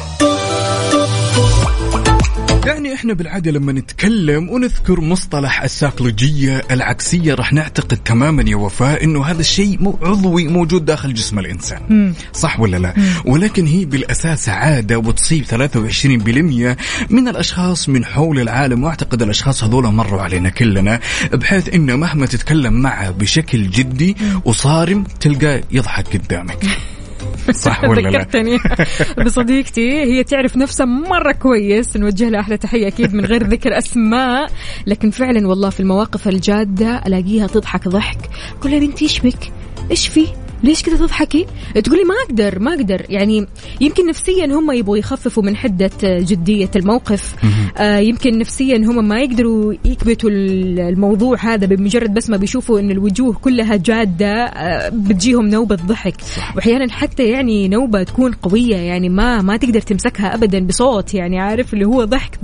يعني احنا بالعادة لما نتكلم ونذكر مصطلح السايكولوجية العكسية راح نعتقد تماما يا وفاء انه هذا الشيء عضوي موجود داخل جسم الانسان. صح ولا لا؟ ولكن هي بالاساس عادة وتصيب 23% من الاشخاص من حول العالم، واعتقد الاشخاص هذولا مروا علينا كلنا، بحيث انه مهما تتكلم معه بشكل جدي وصارم تلقاه يضحك قدامك. صح ولا لا؟ ذكرتني بصديقتي هي تعرف نفسها مرة كويس، نوجه لها أحلى تحية أكيد من غير ذكر أسماء، لكن فعلا والله في المواقف الجادة ألاقيها تضحك ضحك. كلها بنتي إيش بك؟ إيش فيه؟ ليش كده تضحكي؟ تقولي ما أقدر. يعني يمكن نفسيا هم يبغوا يخففوا من حدة جدية الموقف، يمكن نفسيا هم ما يقدروا يكبتوا الموضوع هذا، بمجرد بس ما بيشوفوا إن الوجوه كلها جادة بتجيهم نوبة ضحك، وأحيانا حتى يعني نوبة تكون قوية، يعني ما تقدر تمسكها أبدا بصوت، يعني عارف اللي هو ضحك.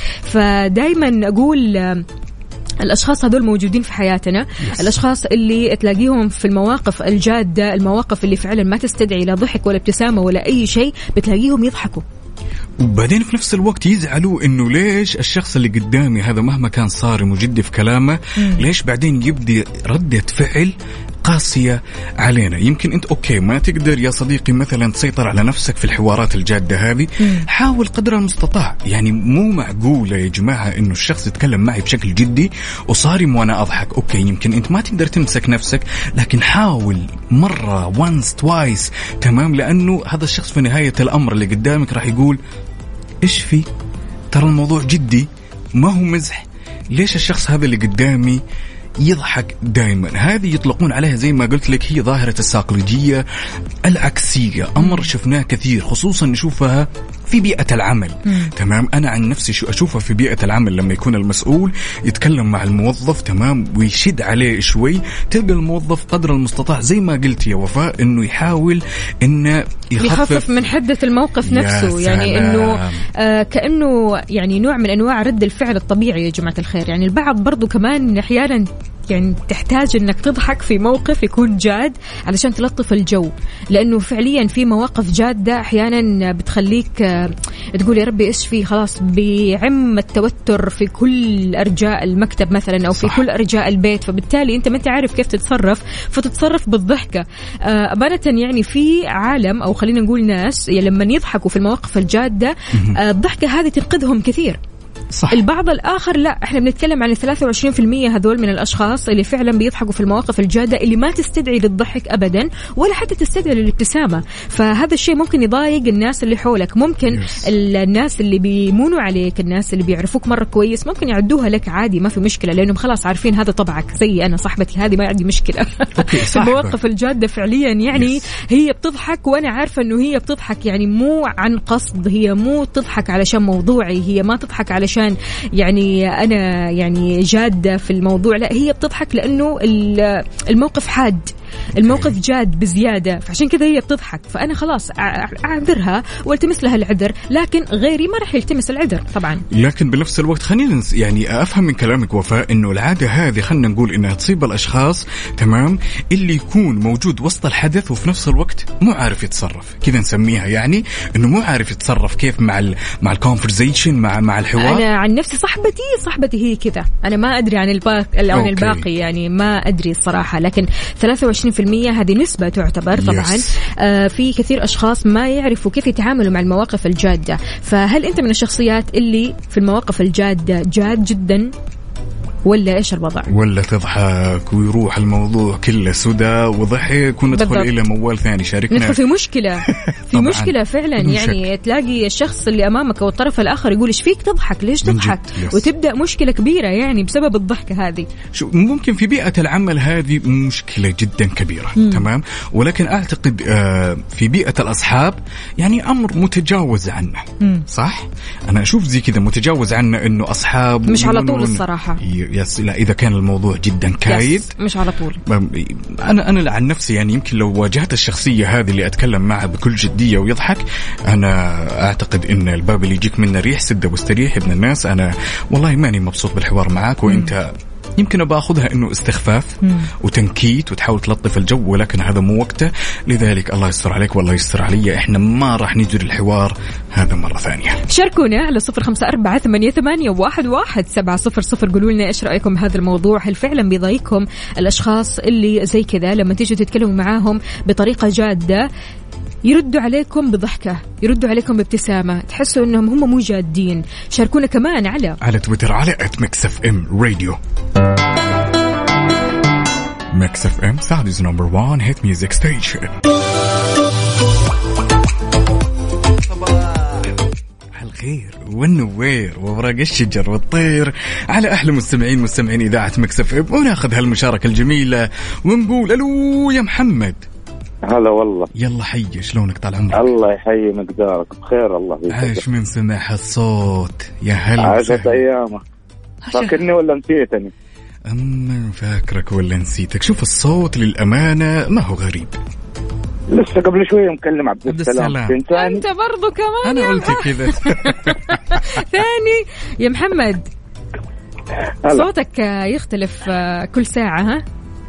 فدايما أقول الأشخاص هذول موجودين في حياتنا، الأشخاص اللي تلاقيهم في المواقف الجادة، المواقف اللي فعلا ما تستدعي لا ضحك ولا ابتسامة ولا أي شيء، بتلاقيهم يضحكوا، وبعدين في نفس الوقت يزعلوا إنه ليش الشخص اللي قدامي هذا مهما كان صارم وجدي في كلامه ليش بعدين يبدي ردة فعل قاسية علينا. يمكن أنت أوكي ما تقدر يا صديقي مثلا تسيطر على نفسك في الحوارات الجادة هذه، حاول قدر المستطاع. يعني مو معقولة يا جماعة إنه الشخص يتكلم معي بشكل جدي وصارم وأنا أضحك. أوكي يمكن أنت ما تقدر تمسك نفسك، لكن حاول مرة once twice، تمام؟ لأنه هذا الشخص في نهاية الأمر اللي قدامك راح يقول إيش في؟ ترى الموضوع جدي ما هو مزح. ليش الشخص هذا اللي قدامي يضحك دائما؟ هذه يطلقون عليها زي ما قلت لك هي ظاهرة السايكولوجية العكسية. أمر شفناه كثير، خصوصا نشوفها في بيئة العمل. تمام؟ أنا عن نفسي أشوفها في بيئة العمل لما يكون المسؤول يتكلم مع الموظف، تمام، ويشد عليه شوي، تلقى الموظف قدر المستطاع زي ما قلت يا وفاء إنه يحاول إنه يخفف من حدة الموقف نفسه. يعني إنه كأنه يعني نوع من أنواع رد الفعل الطبيعي يا جماعة الخير. يعني البعض برضو كمان أحيانا يعني تحتاج انك تضحك في موقف يكون جاد علشان تلطف الجو، لانه فعليا في مواقف جادة احيانا بتخليك تقول يا ربي ايش في، خلاص بيعم التوتر في كل ارجاء المكتب مثلا او في كل ارجاء البيت، فبالتالي انت ما انت عارف كيف تتصرف، فتتصرف بالضحكة. أمانة يعني في عالم او خلينا نقول ناس لما يضحكوا في المواقف الجادة الضحكة هذه تنقذهم كثير. صح. البعض الآخر لا، احنا بنتكلم عن 23% هذول من الأشخاص اللي فعلا بيضحكوا في المواقف الجادة اللي ما تستدعي للضحك أبدا ولا حتى تستدعي للابتسامة. فهذا الشيء ممكن يضايق الناس اللي حولك، ممكن الناس اللي بيمونوا عليك، الناس اللي بيعرفوك مرة كويس ممكن يعدوها لك عادي، ما في مشكلة، لأنهم خلاص عارفين هذا طبعك. زي أنا صاحبتي هذه ما عندي مشكلة في المواقف الجادة فعليا يعني هي بتضحك وأنا عارفة أنه هي بتضحك يعني مو عن قصد، هي مو تضحك علشان موضوعي، هي ما تضحك علشان يعني أنا يعني جادة في الموضوع، لا هي بتضحك لأنه الموقف حاد، الموقف جاد بزيادة، فعشان كذا هي بتضحك. فأنا خلاص أعذرها والتمس لها العذر، لكن غيري ما رح يلتمس العذر طبعا. لكن بنفس الوقت خلينا يعني أفهم من كلامك وفاء إنه العادة هذه خلنا نقول إنها تصيب الأشخاص تمام اللي يكون موجود وسط الحدث وفي نفس الوقت مو عارف يتصرف، كذا نسميها يعني إنه مو عارف يتصرف كيف مع الكونفرزيشن مع الحوار. أنا عن نفسي صاحبتي هي كذا، أنا ما أدري عن الباقي يعني ما أدري الصراحة، لكن 23% هذه نسبة تعتبر طبعا. في كثير أشخاص ما يعرفوا كيف يتعاملوا مع المواقف الجادة. فهل أنت من الشخصيات اللي في المواقف الجادة جاد جدا ولا إيش الوضع؟ ولا تضحك ويروح الموضوع كله سدى وضحك وندخل إلى موال ثاني شاركنا، ندخل في مشكلة في مشكلة فعلا يعني شك. تلاقي الشخص اللي أمامك أو الطرف الآخر يقول إيش فيك تضحك، ليش تضحك، وتبدأ مشكلة كبيرة يعني بسبب الضحكة هذه. شو ممكن في بيئة العمل هذه مشكلة جدا كبيرة تمام، ولكن أعتقد في بيئة الأصحاب يعني أمر متجاوز عنه. صح، أنا أشوف زي كذا متجاوز عنه، إنه أصحاب مش على طول الصراحة. لا إذا كان الموضوع جدا كايد مش على طول. أنا عن نفسي يعني يمكن لو واجهت الشخصية هذه اللي أتكلم معها بكل جدية ويضحك، أنا أعتقد إن الباب اللي يجيك منه ريح سده واستريح ابن الناس، أنا والله ماني مبسوط بالحوار معاك، وإنت يمكن باخذها انه استخفاف وتنكيت وتحاول تلطف الجو، ولكن هذا مو وقته. لذلك الله يستر عليك والله يستر علي، احنا ما راح نجري الحوار هذا مرة ثانية. شاركونا على 0548811700، قولوا لنا ايش رأيكم بهذا الموضوع، هل فعلا بيضايقكم الاشخاص اللي زي كذا لما تيجوا تتكلموا معاهم بطريقة جادة يردوا عليكم بضحكة، يردوا عليكم بابتسامة، تحسوا انهم هم مو جادين؟ شاركونا كمان على تويتر على @mixfmradio. Mix FM Saudi's #1 hit music station. صباح الخير والنوير وورق الشجر والطير على أحلى مستمعين إذاعة ميكس اف ام، وناخذ هالمشاركة الجميلة ونقول ألو يا محمد. هلا والله. يلا حي، شلونك طال عمرك؟ الله يحيي مقدارك بخير الله يسعدك. عايش من سمع الصوت يا هلا. عاشت أيامه. فاكرني ولا نسيتني؟ فاكرك ولا نسيتك. شوف الصوت للأمانة ما هو غريب، لسه قبل شوية مكلم عبد السلام. أنت برضو كمان أنا قلت كذا. ثاني يا محمد صوتك يختلف كل ساعة. ها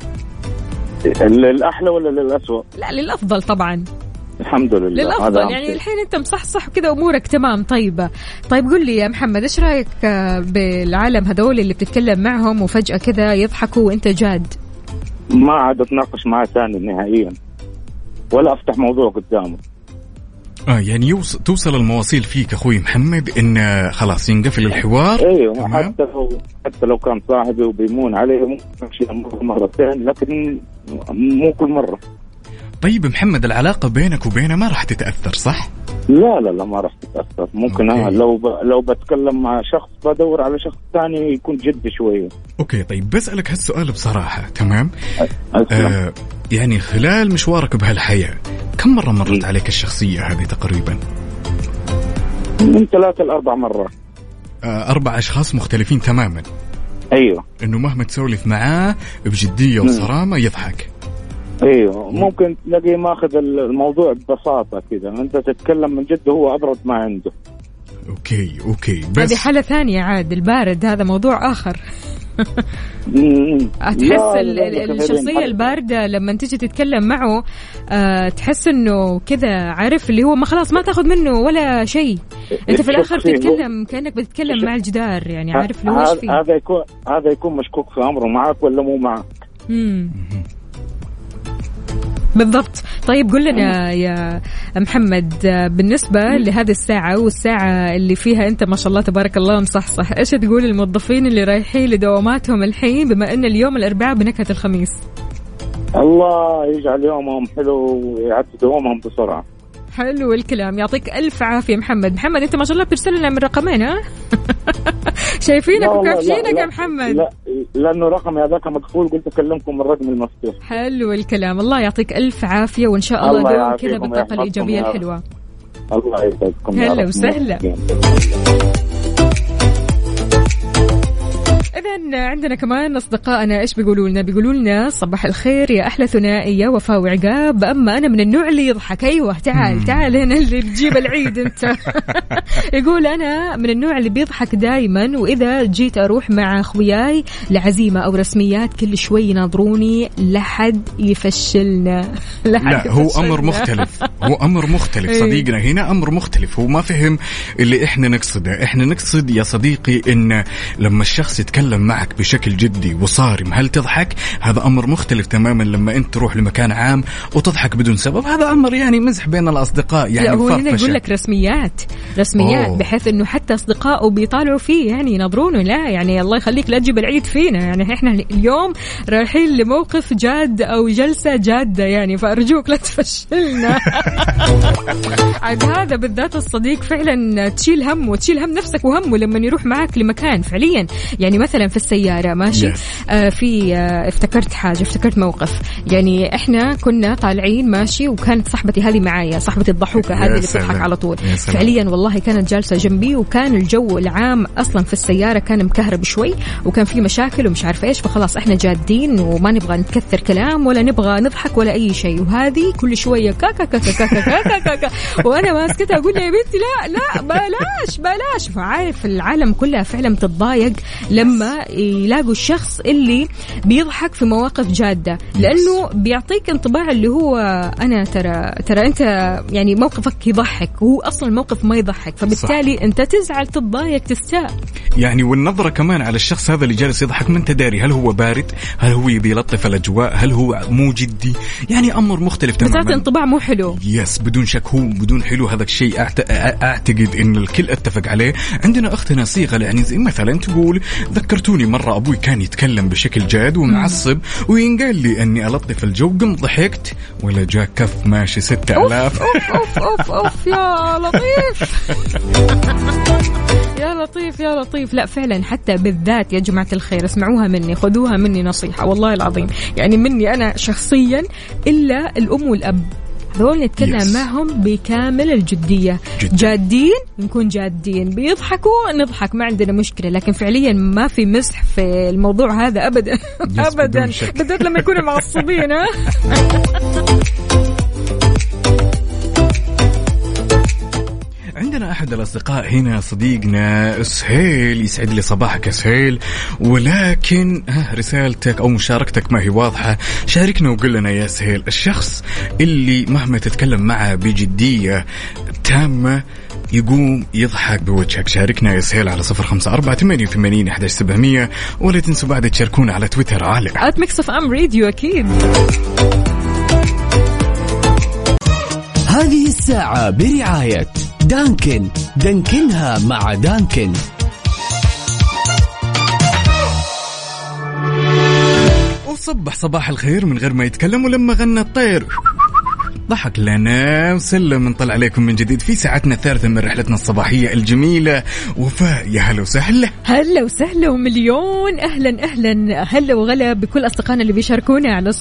للأحلى ولا للأسوأ؟ لا للأفضل طبعا. الحمد لله للأفضل يعني الحين أنت مصحصح وكذا أمورك تمام طيبة. طيب قل لي يا محمد إيش رأيك بالعالم هذول اللي بتتكلم معهم وفجأة كذا يضحكوا وأنت جاد؟ ما عاد أتناقش معه ثاني نهائيا ولا أفتح موضوع قدامه. يعني توصل المواصيل فيك أخوي محمد إن خلاص ينقفل الحوار. أيوة حتى لو كان صاحبي وبيمون عليه ممكن أمشي مرتين، لكن مو كل مرة. طيب محمد العلاقة بينك وبينه ما راح تتأثر صح؟ لا ما راح تتأثر. ممكن لو بتكلم مع شخص بدور على شخص ثاني يكون جد شوية. أوكي طيب بسألك هالسؤال بصراحة تمام؟ يعني خلال مشوارك بهالحياة كم مرة مرت عليك الشخصية هذه تقريبا؟ من 3 ل 4 مرات. 4 أشخاص مختلفين تماما. أيوه. إنه مهما تسولف معاه بجدية وصرامة يضحك. ايوه ممكن تلاقيه ماخذ الموضوع ببساطه كذا، انت تتكلم من جد هو ابرد ما عنده. اوكي بس هذه حاله ثانيه عاد، البارد هذا موضوع اخر. تحس الشخصيه البارده لما تيجي تتكلم معه تحس انه كذا عارف اللي هو ما خلاص ما تاخذ منه ولا شيء، انت في الاخر تتكلم كانك بتتكلم مع الجدار يعني عارف لو ايش فيه. هذا يكون مشكوك في امره معك ولا مو معك. بالضبط. طيب قل لنا يا محمد بالنسبة لهذه الساعة والساعة اللي فيها أنت ما شاء الله تبارك الله مصحصح، إيش تقول الموظفين اللي رايحين لدواماتهم الحين بما أن اليوم الأربعاء بنكهة الخميس؟ الله يجعل يومهم حلو ويعدوا دوامهم بسرعة. حلو الكلام، يعطيك ألف عافية محمد. محمد أنت ما شاء الله بترسل لنا من رقمين ها؟ شايفينك وكافيينك يا محمد. لا لأنه رقمي هذاك مدخول، قلت أكلمكم من الرقم المفتوح. حلو الكلام، الله يعطيك ألف عافية وإن شاء الله دوم كذا بالطاقة الإيجابية الحلوة. الله يسعدكم. هلا وسهلا. إذن عندنا كمان أصدقائنا إيش بيقولوا لنا؟ بيقولوا لنا صباح الخير يا أحلى ثنائية وفاء وعقاب، أما أنا من النوع اللي يضحك. أيوة تعال هنا اللي تجيب العيد أنت. يقول أنا من النوع اللي بيضحك دايما، وإذا جيت أروح مع أخوياي لعزيمة أو رسميات كل شوي يناظروني لحد يفشلنا. لا هو أمر مختلف، هو أمر مختلف صديقنا هنا، أمر مختلف. هو ما فهم اللي إحنا نقصده. إحنا نقصد يا صديقي إن لما الشخص يتكلم معك بشكل جدي وصارم هل تضحك، هذا أمر مختلف تماما لما أنت تروح لمكان عام وتضحك بدون سبب. هذا أمر يعني مزح بين الأصدقاء يعني. لا هو هنا يقول لك رسميات بحيث أنه حتى أصدقائه بيطالعوا فيه يعني ينظرونه. لا يعني الله يخليك لا تجيب العيد فينا، يعني إحنا اليوم رايحين لموقف جاد أو جلسة جادة يعني، فأرجوك لا تفشلنا. عاد هذا بالذات الصديق فعلا تشيل هم وتشيل هم نفسك وهمه لما يروح معك لمكان فعليا. يعني مثلا في السيارة ماشي افتكرت موقف. يعني احنا كنا طالعين ماشي وكانت صاحبتي هذه معايا، صاحبتي الضحوكة هذه اللي بتضحك على طول فعليا والله كانت جالسة جنبي، وكان الجو العام أصلا في السيارة كان مكهرب شوي وكان في مشاكل ومش عارفة إيش، فخلاص احنا جادين وما نبغى نكثر كلام ولا نبغى نضحك ولا أي شيء، وهذه كل شوية كاكا كاكا كاكا كاكا كاكا وأنا ماسكتها أقول لها يا بنتي لا بلاش. فعارف العالم كلها فعلا بتتضايق لما يلاقوا الشخص اللي بيضحك في مواقف جادة، لأنه بيعطيك انطباع اللي هو أنا ترى أنت يعني موقفك يضحك وهو أصلا الموقف ما يضحك، فبالتالي صح. أنت تزعل تتضايق تستاء يعني. والنظرة كمان على الشخص هذا اللي جالس يضحك، من تداري هل هو بارد، هل هو يبي يلطف الأجواء، هل هو مو جدي، يعني أمر مختلف تماما. بتعطي انطباع مو حلو. بدون شك هو بدون حلو. هذا الشيء أعتقد إن الكل اتفق عليه. عندنا أختنا صيغة يعني زي مثلا تقول ذكرتوني مرة أبوي كان يتكلم بشكل جاد ومعصب وينقال لي أني ألطف الجو، قمت ضحكت ولا جاء كف ماشي 6000. أوف يا لطيف. يا لطيف. لا فعلا حتى بالذات يا جماعة الخير اسمعوها مني، خذوها مني نصيحة والله العظيم، يعني مني أنا شخصيا، إلا الأم والأب هذول نتكلم معهم بكامل الجدية. جادين نكون جادين، بيضحكوا نضحك ما عندنا مشكلة، لكن فعليا ما في مسح في الموضوع هذا أبدا أبدا، بالذات لما يكونوا معصبين. عندنا أحد الأصدقاء هنا صديقنا سهيل، يسعد لي صباحك سهيل، ولكن رسالتك أو مشاركتك ما هي واضحة. شاركنا وقل لنا يا سهيل الشخص اللي مهما تتكلم معه بجدية تامة يقوم يضحك بوجهك. شاركنا يا سهيل على 0548811700، ولا تنسوا بعد تشاركونا على تويتر على @mixofamradio أكيد. هذه الساعة برعاية دانكنها مع دانكن. وصبح صباح الخير من غير ما يتكلم، ولما غنى الطير ضحك لنا وسلم. نطلع عليكم من جديد في ساعتنا الثالثة من رحلتنا الصباحية الجميلة. وفاء يا هلا وسهلا ومليون أهلا وغلا بكل أصدقائنا اللي بيشاركونا على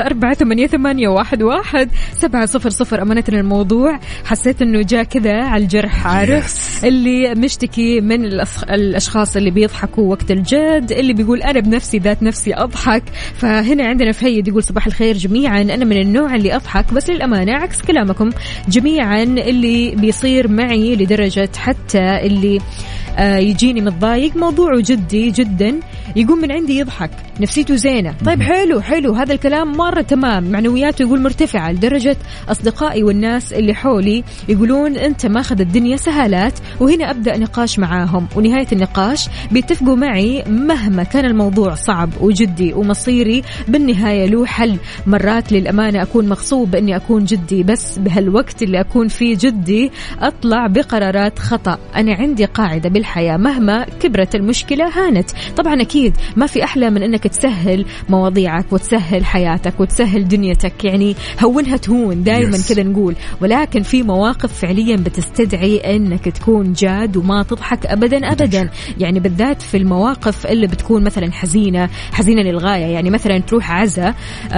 0548811700. أمانتنا الموضوع حسيت إنه جاء كذا على الجرح، عارف اللي مشتكي من الأشخاص اللي بيضحكوا وقت الجد، اللي بيقول أنا بنفسي ذات نفسي أضحك. فهنا عندنا فهيد يقول صباح الخير جميعا، أنا من النوع اللي أضحك بس للأمانة عكس كلامكم جميعا، اللي بيصير معي لدرجة حتى اللي يجيني متضايق موضوعه جدي جدا يقوم من عندي يضحك، نفسيته زينة. طيب حلو هذا الكلام مرة تمام، معنوياته يقول مرتفعة لدرجة أصدقائي والناس اللي حولي يقولون أنت ماخذ الدنيا سهالات. وهنا أبدأ نقاش معاهم، ونهاية النقاش بيتفقوا معي مهما كان الموضوع صعب وجدي ومصيري بالنهاية له حل. مرات للأمانة أكون مغصوب إني أكون جدي، بس بهالوقت اللي أكون فيه جدي أطلع بقرارات خطأ. أنا عندي قاعدة بالحياة، مهما كبرت المشكلة هانت. طبعا أكيد ما في أحلى من أنك تسهل مواضيعك وتسهل حياتك وتسهل دنيتك، يعني هونها تهون دائما كذا نقول. ولكن في مواقف فعليا بتستدعي أنك تكون جاد وما تضحك أبدا. يعني بالذات في المواقف اللي بتكون مثلا حزينة للغاية. يعني مثلا تروح عزا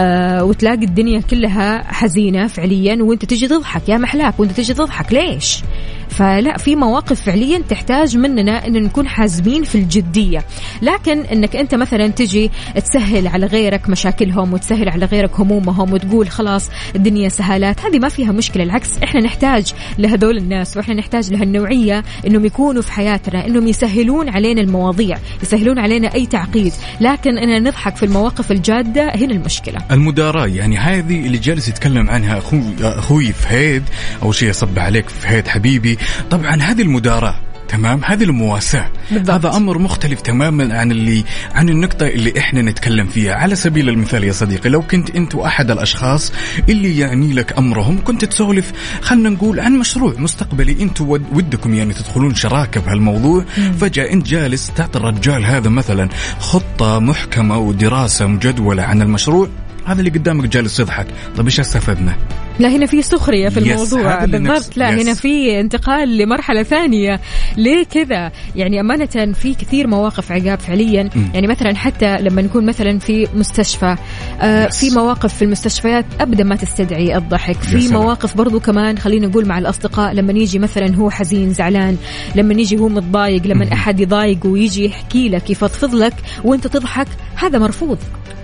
وتلاقي الدنيا كلها حزينة فعليا، وانت تجي تضحك، يا محلاك وانت تجي تضحك ليش؟ فلا، في مواقف فعليا تحتاج مننا أن نكون حازمين في الجدية. لكن أنك أنت مثلا تجي تسهل على غيرك مشاكلهم وتسهل على غيرك همومهم وتقول خلاص الدنيا سهالات، هذه ما فيها مشكلة. العكس، إحنا نحتاج لهذول الناس، وإحنا نحتاج لهالنوعية أنهم يكونوا في حياتنا، أنهم يسهلون علينا المواضيع، يسهلون علينا أي تعقيد. لكن أنا نضحك في المواقف الجادة، هنا المشكلة. المداراة يعني هذه اللي جالس يتكلم عنها أخوي فهيد. أول شيء أصب عليك فهيد حبيبي. طبعا هذه المداراة تمام، هذه المواساة بالضبط. هذا أمر مختلف تماما عن النقطة اللي إحنا نتكلم فيها. على سبيل المثال يا صديقي، لو كنت أنت أحد الأشخاص اللي يعني لك أمرهم، كنت تسولف خلنا نقول عن مشروع مستقبلي، أنتوا ودكم يعني تدخلون شراكة بهالموضوع، فجأة أنت جالس تعطي الرجال هذا مثلا خطة محكمة ودراسة مجدولة عن المشروع، هذا اللي قدامك جالس يضحك. طب إيش استفدنا؟ لا، هنا في سخرية في الموضوع بالضبط. لا هنا في انتقال لمرحلة ثانية. ليه كذا؟ يعني أمانة في كثير مواقف عقاب فعليا. يعني مثلا حتى لما نكون مثلا في مستشفى، في مواقف في المستشفيات أبدا ما تستدعي الضحك. في مواقف برضو كمان خلينا نقول مع الأصدقاء، لما يجي مثلا هو حزين زعلان، لما يجي هو متضايق، لما أحد يضايق ويجي يحكي لك يفضفض لك وانت تضحك، هذا مرفوض.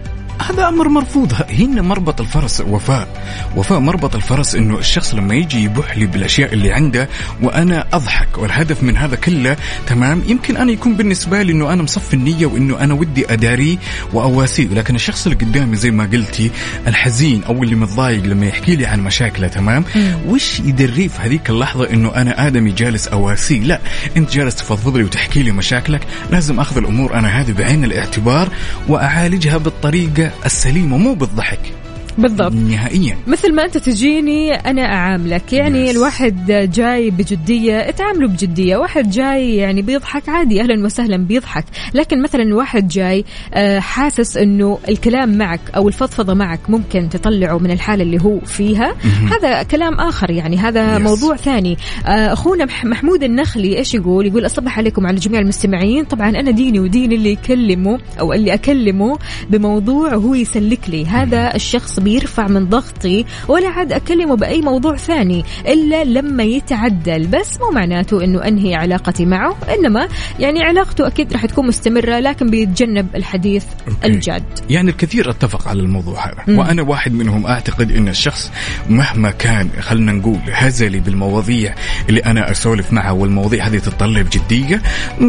هذا أمر مرفوض. هنا مربط الفرس وفاء مربط الفرس إنه الشخص لما يجي يبوح لي بالأشياء اللي عنده وأنا أضحك، والهدف من هذا كله تمام، يمكن أنا يكون بالنسبة لي إنه أنا مصف النية وإنه أنا ودي أداريه وأواسيه، لكن الشخص اللي قدامي زي ما قلتي الحزين أو اللي متضايق لما يحكي لي عن مشاكله تمام، وش يدريه في هذيك اللحظة إنه أنا آدمي جالس أواسيه؟ لا، أنت جالس تفضل لي وتحكي لي مشاكلك، لازم أخذ الأمور أنا هذه بعين الاعتبار وأعالجها بالطريقة السليمة، مو بالضحك. بالضبط نهائيا. مثل ما أنت تجيني أنا أعاملك. يعني الواحد جاي بجدية اتعاملوا بجدية، واحد جاي يعني بيضحك عادي أهلا وسهلا بيضحك. لكن مثلا الواحد جاي حاسس أنه الكلام معك أو الفضفضة معك ممكن تطلعه من الحالة اللي هو فيها، هذا كلام آخر، يعني هذا موضوع ثاني. أخونا محمود النخلي إيش يقول أصبح عليكم على جميع المستمعين. طبعا أنا ديني ودين اللي يكلمه أو اللي أكلمه بموضوع وهو يسلك لي، هذا الشخص بيرفع من ضغطي ولا عاد أكلمه بأي موضوع ثاني إلا لما يتعدل، بس مو معناته إنه أنهي علاقتي معه، إنما يعني علاقته أكيد رح تكون مستمرة، لكن بيتجنب الحديث الجاد. يعني الكثير اتفق على الموضوع هذا، وأنا واحد منهم. أعتقد إن الشخص مهما كان خلنا نقول هزلي بالمواضيع اللي أنا أسولف معه، والمواضيع هذه تتطلب جدية،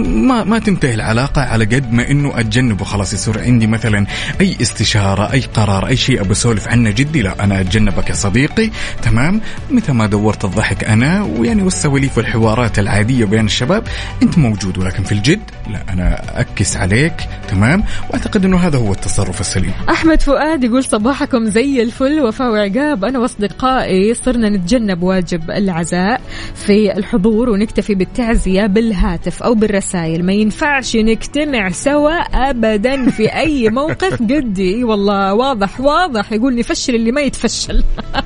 ما تنتهي العلاقة على قد ما إنه أتجنبه. خلاص يصير عندي مثلا أي استشارة، أي قرار، أي شيء أسولف عنه جدي، لا أنا أتجنبك يا صديقي تمام. متى ما دورت الضحك أنا ويعني والسواليف والحوارات العادية بين الشباب أنت موجود، ولكن في الجد لا، أنا أكس عليك تمام. وأعتقد أنه هذا هو التصرف السليم. أحمد فؤاد يقول صباحكم زي الفل وفاء وعقاب، أنا وأصدقائي صرنا نتجنب واجب العزاء في الحضور ونكتفي بالتعزية بالهاتف أو بالرسائل، ما ينفعش نجتمع سوا أبدا في أي موقف. جدي والله واضح يقول نفشل اللي ما يتفشل.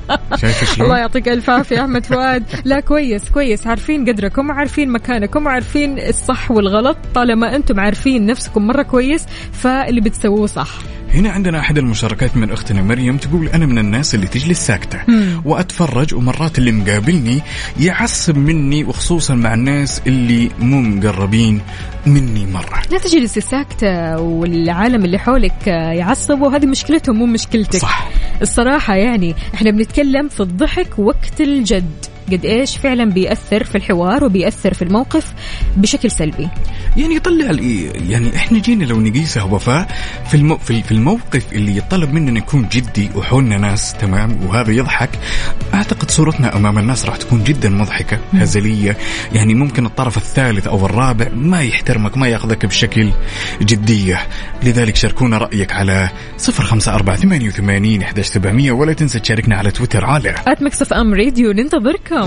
الله يعطيك ألف عافية أحمد فؤاد. لا كويس عارفين قدركم، عارفين مكانكم، عارفين الصح والغلط. طالما أنتم عارفين نفسكم مرة كويس فاللي بتسووه صح. هنا عندنا أحد المشاركات من أختنا مريم تقول أنا من الناس اللي تجلس ساكتة وأتفرج، ومرات اللي مقابلني يعصب مني، وخصوصا مع الناس اللي مو مقربين مني مرة. لا تجلس ساكتة والعالم اللي حولك يعصب، وهذه مشكلتهم مو مشكلتك. صح. الصراحة يعني احنا بنتكلم في الضحك وقت الجد، قد إيش فعلا بيأثر في الحوار وبيأثر في الموقف بشكل سلبي. يعني يطلع يعني احنا جينا لو نقيسها وفاء في الموقف اللي يطلب مننا نكون جدي وحولنا ناس تمام وهذا يضحك، اعتقد صورتنا امام الناس راح تكون جدا مضحكة هزلية. يعني ممكن الطرف الثالث او الرابع ما يحترمك، ما ياخذك بشكل جدية. لذلك شاركونا رأيك على 0548811700، ولا تنسى تشاركنا على تويتر على @mixfmradio. ننتظركم.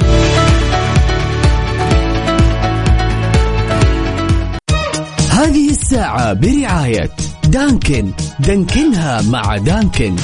هذه الساعة برعاية دانكن، دانكنها مع دانكن.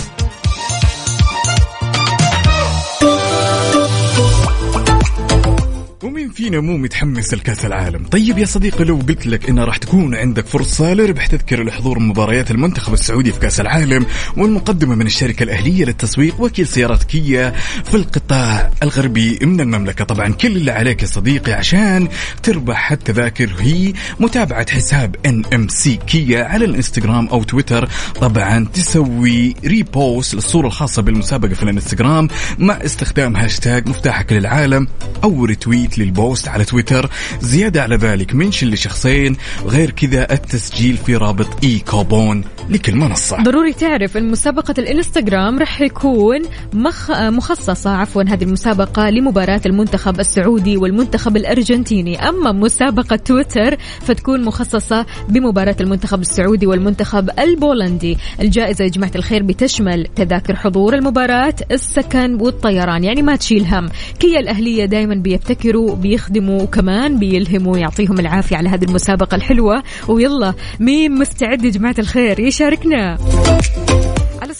ومين فينا مو متحمس لكأس العالم؟ طيب يا صديقي، لو قلت لك إن راح تكون عندك فرصة لربح تذكرة لحضور مباريات المنتخب السعودي في كأس العالم، والمقدمة من الشركة الأهلية للتسويق وكيل سيارات كيا في القطاع الغربي من المملكة. طبعا كل اللي عليك يا صديقي عشان تربح التذاكر هي متابعة حساب NMC كيا على الانستغرام أو تويتر. طبعا تسوي ريبوست للصورة الخاصة بالمسابقة في الانستغرام مع استخدام هاشتاج مفتاحك للعالم، أو ريتويت للبوست على تويتر. زيادة على ذلك منشن لشخصين، غير كذا التسجيل في رابط كوبون لكل منصة. ضروري تعرف أن مسابقة الانستغرام رح يكون مخصصة هذه المسابقة لمباراة المنتخب السعودي والمنتخب الأرجنتيني. أما مسابقة تويتر فتكون مخصصة بمباراة المنتخب السعودي والمنتخب البولندي. الجائزة يا جماعة الخير بتشمل تذاكر حضور المباراة، السكن والطيران، يعني ما تشيل هم. كيا الأهلية دايما بيبتكروا، بيخدموا، وكمان بيلهموا. يعطيهم العافية على هذه المسابقة الحلوة. ويلا مين مستعد يا جماعة الخير يشاركنا على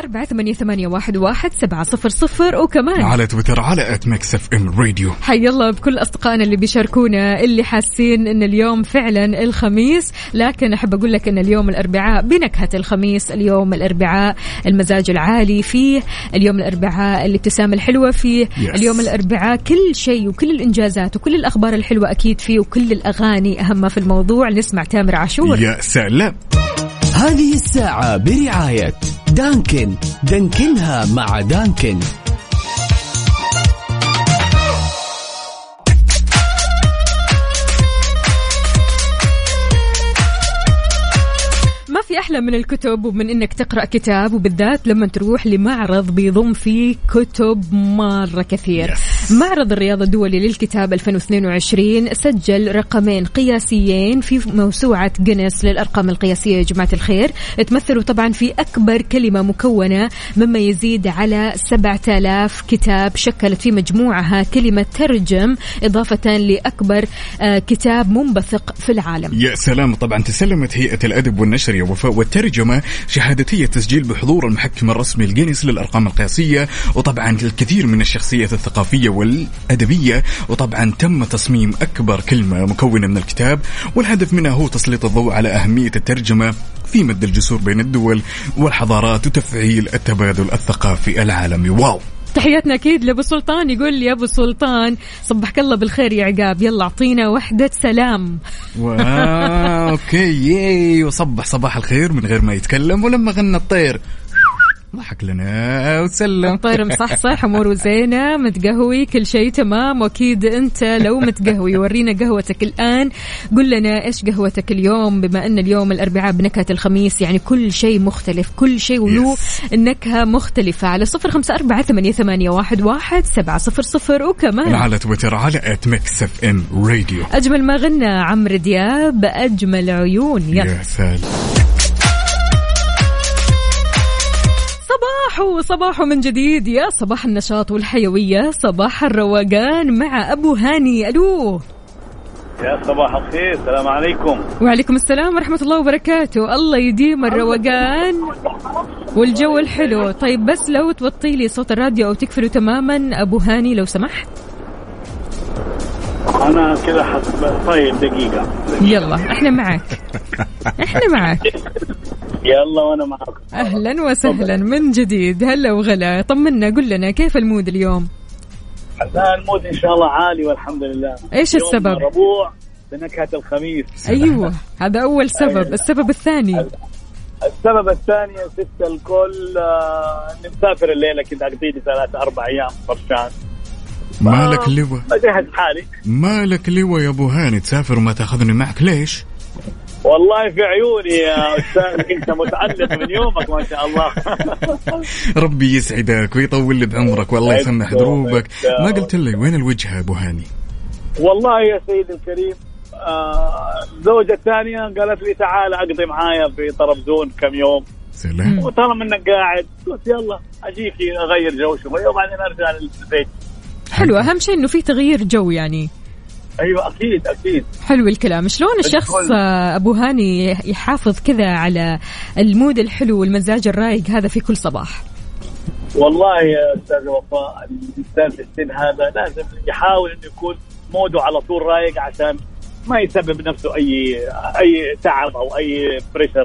0548811700 وكمان على تويتر على @mixfmradio. حي الله بكل أصدقائنا اللي بيشاركونا، اللي حاسين إن اليوم فعلا الخميس، لكن أحب أقول لك إن اليوم الأربعاء بنكهة الخميس. اليوم الأربعاء المزاج العالي فيه، اليوم الأربعاء الابتسامة الحلوة فيه، اليوم الأربعاء كل شيء وكل الإنجازات وكل الأخبار الحلوة أكيد فيه، وكل الأغاني. أهم في الموضوع نسمع تامر عاشور. يا سلام. هذه الساعة برعاية دانكن، دانكنها مع دانكن. ما في أحلى من الكتب ومن إنك تقرأ كتاب، وبالذات لما تروح لمعرض بيضم فيه كتب مرة كثير. معرض الرياض الدولي للكتاب 2022 سجل رقمين قياسيين في موسوعة جينيس للأرقام القياسية يا جماعة الخير. تمثلوا طبعا في أكبر كلمة مكونة مما يزيد على 7000 كتاب شكلت في مجموعها كلمة ترجم، إضافة لأكبر كتاب منبثق في العالم. يا سلام. طبعا تسلمت هيئة الأدب والنشر وفاء والترجمة شهادتية تسجيل بحضور المحكم الرسمي الجينيس للأرقام القياسية، وطبعا الكثير من الشخصيات الثقافية والأدبية. وطبعا تم تصميم أكبر كلمة مكونة من الكتاب، والهدف منها هو تسليط الضوء على أهمية الترجمة في مد الجسور بين الدول والحضارات وتفعيل التبادل الثقافي العالمي. واو. تحياتنا أكيد لأبو سلطان. يقول لي أبو سلطان صبحك الله بالخير يا عقاب، يلا أعطينا وحدة سلام. أوكي. وصبح صباح الخير من غير ما يتكلم، ولما غنى الطير ضحك لنا وسلم. الطير مصحصح، أموره زينة، متقهوي، كل شيء تمام. وأكيد أنت لو متقهوي ورينا قهوتك الآن، قل لنا إيش قهوتك اليوم، بما أن اليوم الأربعاء بنكهة الخميس، يعني كل شيء مختلف، كل شيء وله النكهة مختلفة. على 0548811700 وكمان على تويتر على @mixfmradio. أجمل ما غنى عمرو دياب أجمل عيون. يا سلام. صباح من جديد، يا صباح النشاط والحيوية، صباح الروقان مع أبو هاني. ألو يا صباح الخير، السلام عليكم. وعليكم السلام ورحمة الله وبركاته. الله يديم الروقان والجو الحلو. طيب بس لو توطي لي صوت الراديو أو تكفله تماما أبو هاني لو سمحت. أنا كذا حسب. طيب دقيقة. يلا احنا معك. احنا معك. يلا وانا معك. اهلا وسهلا من جديد. هلا وغلا. طمنا، قل لنا كيف المود اليوم؟ المود ان شاء الله عالي والحمد لله. ايش السبب؟ ربوع بنكهة الخميس. ايوه هذا اول سبب. السبب الثاني؟ السبب الثاني يا ست الكل نسافر الليلة كده، اقضي لي 3-4 أيام فرشان. مالك لوا؟ بجهز حالي. مالك لوا يا ابو هاني تسافر وما تاخذني معك ليش؟ والله في عيوني يا أستاذ، أنت متعلق من يومك ما شاء الله. ربي يسعدك ويطول لي بعمرك والله يسمح دروبك. ما قلت لي وين الوجهة أبو هاني؟ والله يا سيدي الكريم زوجة ثانية قالت لي تعال أقضي معايا في طرابزون كم يوم. سلام. وطالما انك قاعد قلت يلا اجيك اغير جو شوي وبعدين ارجع للبيت. حلو، اهم شيء انه في تغيير جو يعني. ايوه اكيد اكيد. حلو الكلام. شلون الشخص ابو هاني يحافظ كذا على المود الحلو والمزاج الرايق هذا في كل صباح؟ والله يا استاذ وفاء، الانسان في السن هذا لازم يحاول انه يكون موده على طول رايق عشان ما يسبب نفسه اي تعب او اي بريشر.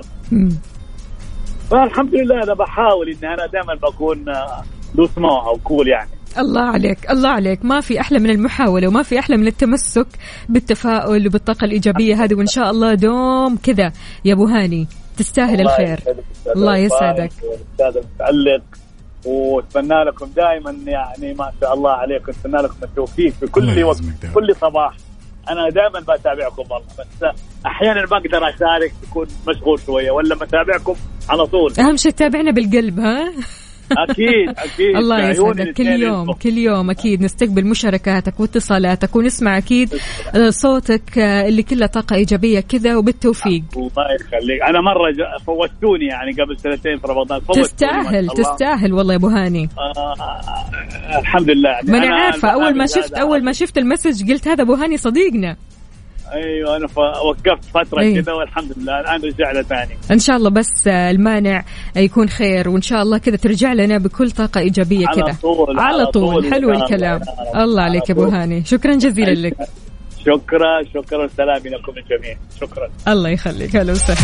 فالحمد لله أنا بحاول إن أنا دائما بكون ذو سماع أو كول يعني. الله عليك الله عليك، ما في أحلى من المحاولة وما في أحلى من التمسك بالتفاؤل وبالطاقة الإيجابية هذه، وإن شاء الله دوم كذا يا أبو هاني، تستاهل الخير. الله يسعدك. أستاذ متعلق، واتمنى لكم دائما يعني ما شاء الله عليكم، اتمنى لكم التوفيق في كل وقت كل صباح. أنا دائما بتابعكم والله، بس أحيانا ما أقدر أشارك، تكون مشغول شوية، ولا بتابعكم على طول. أهم شيء تتابعنا بالقلب. ها أكيد أكيد. الله يسعدك. كل يوم أكيد نستقبل مشاركاتك واتصالاتك ونسمع أكيد صوتك اللي كله طاقة إيجابية كذا وبالتوفيق. الله يخليك. أنا مرة فوتوني يعني قبل 2 في رمضان. تستاهل والله يا أبو هاني. الحمد لله يعني. ما أنا عارفة أول ما شفت المسج قلت هذا أبو هاني صديقنا. ايوه انا وقفت فتره كذا والحمد لله الان رجعنا ثاني ان شاء الله. بس المانع يكون خير وان شاء الله كذا ترجع لنا بكل طاقه ايجابيه كذا على طول. حلو الكلام. الله عليك يا ابو هاني، شكرا جزيلا لك. شكرا سلامي لكم الجميع. شكرا. الله يخليك. هلا وسهلا.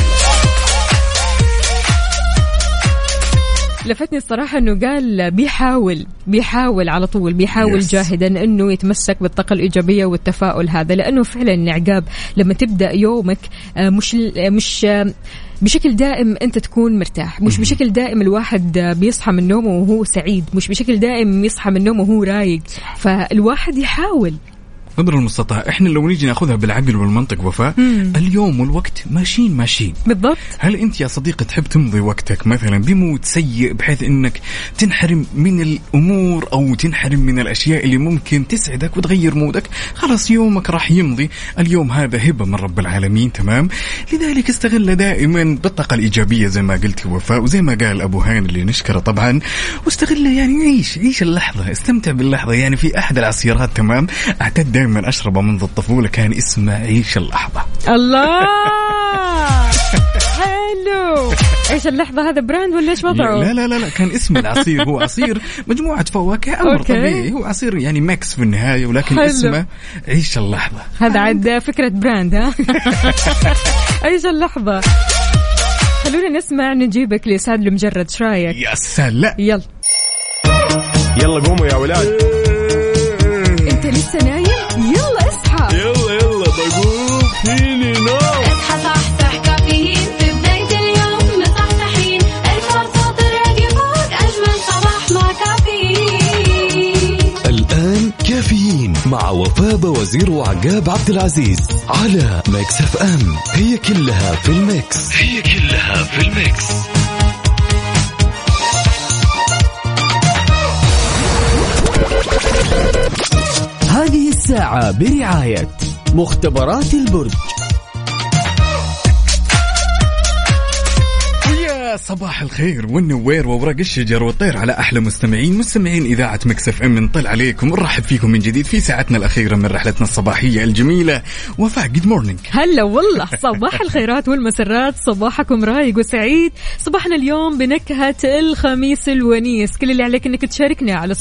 لفتني الصراحة أنه قال بيحاول على طول، بيحاول جاهدا أنه يتمسك بالطاقة الإيجابية والتفاؤل هذا، لأنه فعلا عقاب لما تبدأ يومك مش بشكل دائم أنت تكون مرتاح، مش بشكل دائم الواحد بيصحى من نومه وهو سعيد، مش بشكل دائم يصحى من نومه وهو رايق. فالواحد يحاول قدر المستطاع. احنا لو نيجي ناخذها بالعقل والمنطق وفاء، اليوم والوقت ماشيين بالضبط. هل انت يا صديقي تحب تمضي وقتك مثلا بمود سيء بحيث انك تنحرم من الامور او تنحرم من الاشياء اللي ممكن تسعدك وتغير مودك؟ خلاص يومك راح يمضي، اليوم هذا هبة من رب العالمين، تمام؟ لذلك استغل دائما بالطاقة الإيجابية زي ما قلت وفاء، وزي ما قال أبو هاني اللي نشكره طبعا، واستغل يعني عيش اللحظة، استمتع باللحظة. يعني في أحد العصيرات تمام أعتد دائما أشربه منذ الطفولة كان اسمه عيش اللحظة. الله حلو. عيش اللحظة هذا براند ولا ايش وضعه؟ لا كان اسم العصير هو عصير مجموعة فواكه، أمر طبيعي، هو عصير يعني ماكس في النهاية، ولكن اسمه عيش اللحظة. هذا عاد فكرة براند. ها عيش اللحظة. خلونا نسمع نجيبك لسعد المجرد. ايش رايك؟ يا سلام. يلا قوموا يا ولاد. انت لسه نايم؟ يلا اصحى. يلا بقوم فيني نوم. اصحى صحصح كافيين في بداية اليوم مصحصحين. الفرصة الراديو فوق أجمل صباح مع كافيين. الآن كافيين مع وفاء بوزير وعقاب عبد العزيز على ميكس اف ام. هي كلها في الميكس. هذه الساعة برعاية مختبرات البرج. صباح الخير والنوير وورق الشجر والطير على أحلى مستمعين إذاعة ميكس اف ام. نطل عليكم ونرحب فيكم من جديد في ساعتنا الأخيرة من رحلتنا الصباحية الجميلة. وفاء جود مورنينج. هلا والله. صباح الخيرات والمسرات، صباحكم رايق وسعيد. صباحنا اليوم بنكهة الخميس الونيس. كل اللي عليك انك تشاركنا على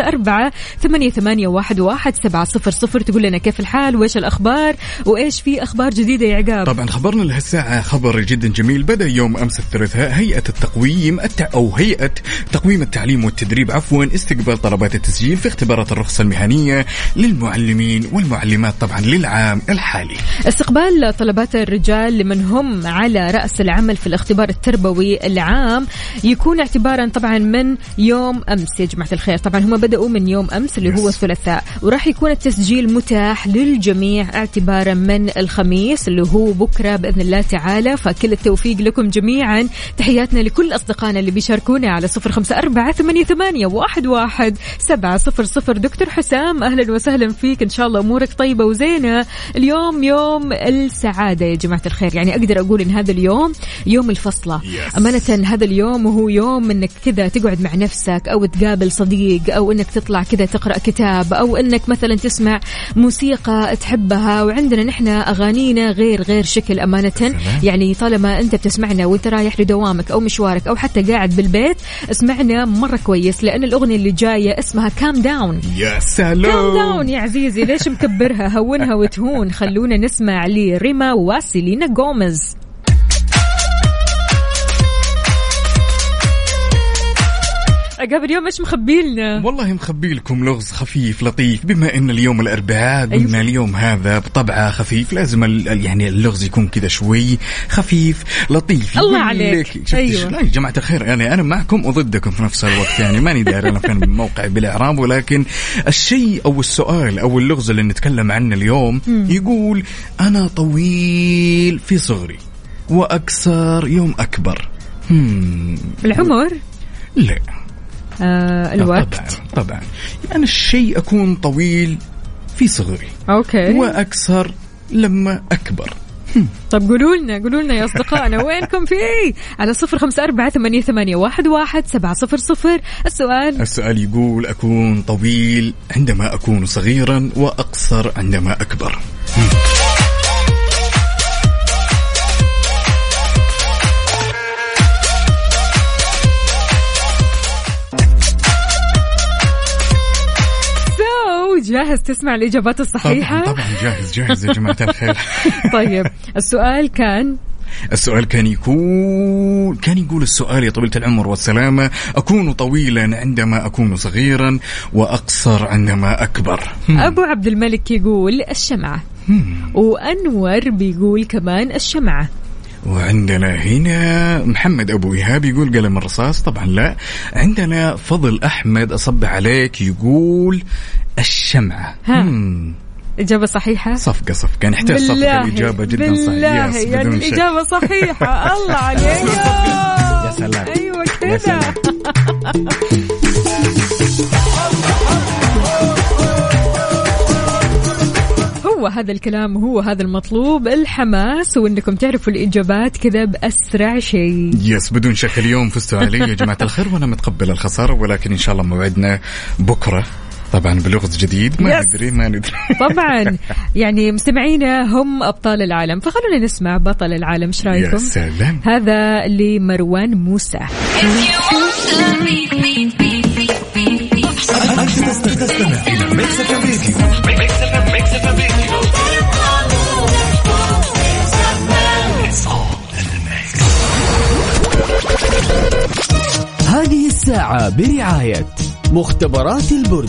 0548811700. تقول لنا كيف الحال وايش الأخبار وايش في أخبار جديدة يا عقاب. طبعا خبرنا لهالساعة خبر جدا جميل. بدأ يوم أمس الثلاثاء هيئة التقويم أو هيئة تقويم التعليم والتدريب استقبال طلبات التسجيل في اختبارات الرخصة المهنية للمعلمين والمعلمات طبعا للعام الحالي. استقبال طلبات الرجال لمن هم على رأس العمل في الاختبار التربوي العام يكون اعتبارا طبعا من يوم أمس يا جماعة الخير. طبعا هم بدأوا من يوم أمس اللي هو الثلاثاء، وراح يكون التسجيل متاح للجميع اعتبارا من الخميس اللي هو بكرة بإذن الله تعالى. فكل التوفيق لكم جميعا. تحياتنا لكل أصدقائنا اللي بيشاركونا على 0548811700. دكتور حسام أهلا وسهلا فيك، إن شاء الله أمورك طيبة وزينة. اليوم يوم السعادة يا جماعة الخير، يعني أقدر أقول إن هذا اليوم يوم الفصلة. أمانة هذا اليوم هو يوم إنك كذا تقعد مع نفسك أو تقابل صديق أو إنك تطلع كذا تقرأ كتاب أو إنك مثلا تسمع موسيقى تحبها. وعندنا نحن أغانينا غير شكل أمانة، يعني طالما أنت بتسمعنا وأنت رايح لدوامك أو مشوارك أو حتى قاعد بالبيت اسمعنا مرة كويس، لأن الأغنية اللي جاية اسمها كام داون. يا سلام كام داون يا عزيزي، ليش مكبرها؟ هونها وتهون. خلونا نسمع لريما وسيلينا غوميز. قبل اليوم ايش مخبيلنا؟ والله مخبيلكم لغز خفيف لطيف، بما ان اليوم الاربعاء قلنا اليوم هذا بطبعه خفيف لازم يعني اللغز يكون كذا شوي خفيف لطيف. الله عليك. أيوة. لا يا جماعه الخير، يعني انا معكم وضدكم في نفس الوقت، يعني ماني داري انا فين موقعي بالاعراب، ولكن الشيء او السؤال او اللغز اللي نتكلم عنه اليوم يقول انا طويل في صغري واقصر يوم اكبر. العمر؟ لا. الوقت؟ طبعا يعني الشيء أكون طويل في صغري أوكي وأكثر لما أكبر. طب قولوا لنا يا أصدقائنا وينكم فيه على 0548811700. السؤال يقول أكون طويل عندما أكون صغيرا وأقصر عندما أكبر. جاهز تسمع الإجابات الصحيحة؟ طبعا جاهز يا جماعة الخير. طيب السؤال كان يقول السؤال يا طويلة العمر والسلامة أكون طويلا عندما أكون صغيرا وأقصر عندما أكبر. أبو عبد الملك يقول الشمعة، وأنور بيقول كمان الشمعة، وعندنا هنا محمد أبو إيهاب يقول قلم الرصاص. طبعا لا. عندنا فضل أحمد أصبح عليك يقول الشمعة. إجابة صحيحة. صفقة نحتاج صفقة. الإجابة جدا صحيحة يعني الإجابة صحيحة. الله عليك. يا سلام. أيوة كذا. هو هذا الكلام وهو هذا المطلوب، الحماس وإنكم تعرفوا الإجابات كذا بأسرع شيء. بدون شك اليوم فزتوا علي يا جماعة الخير، وأنا متقبل الخسارة، ولكن إن شاء الله موعدنا بكرة طبعا بلغز جديد. ما ندري طبعا. يعني مستمعينا هم أبطال العالم، فخلونا نسمع بطل العالم. ايش رايكم؟ يا سلام. هذا لمروان موسى. هذه الساعة برعاية مختبرات البرج.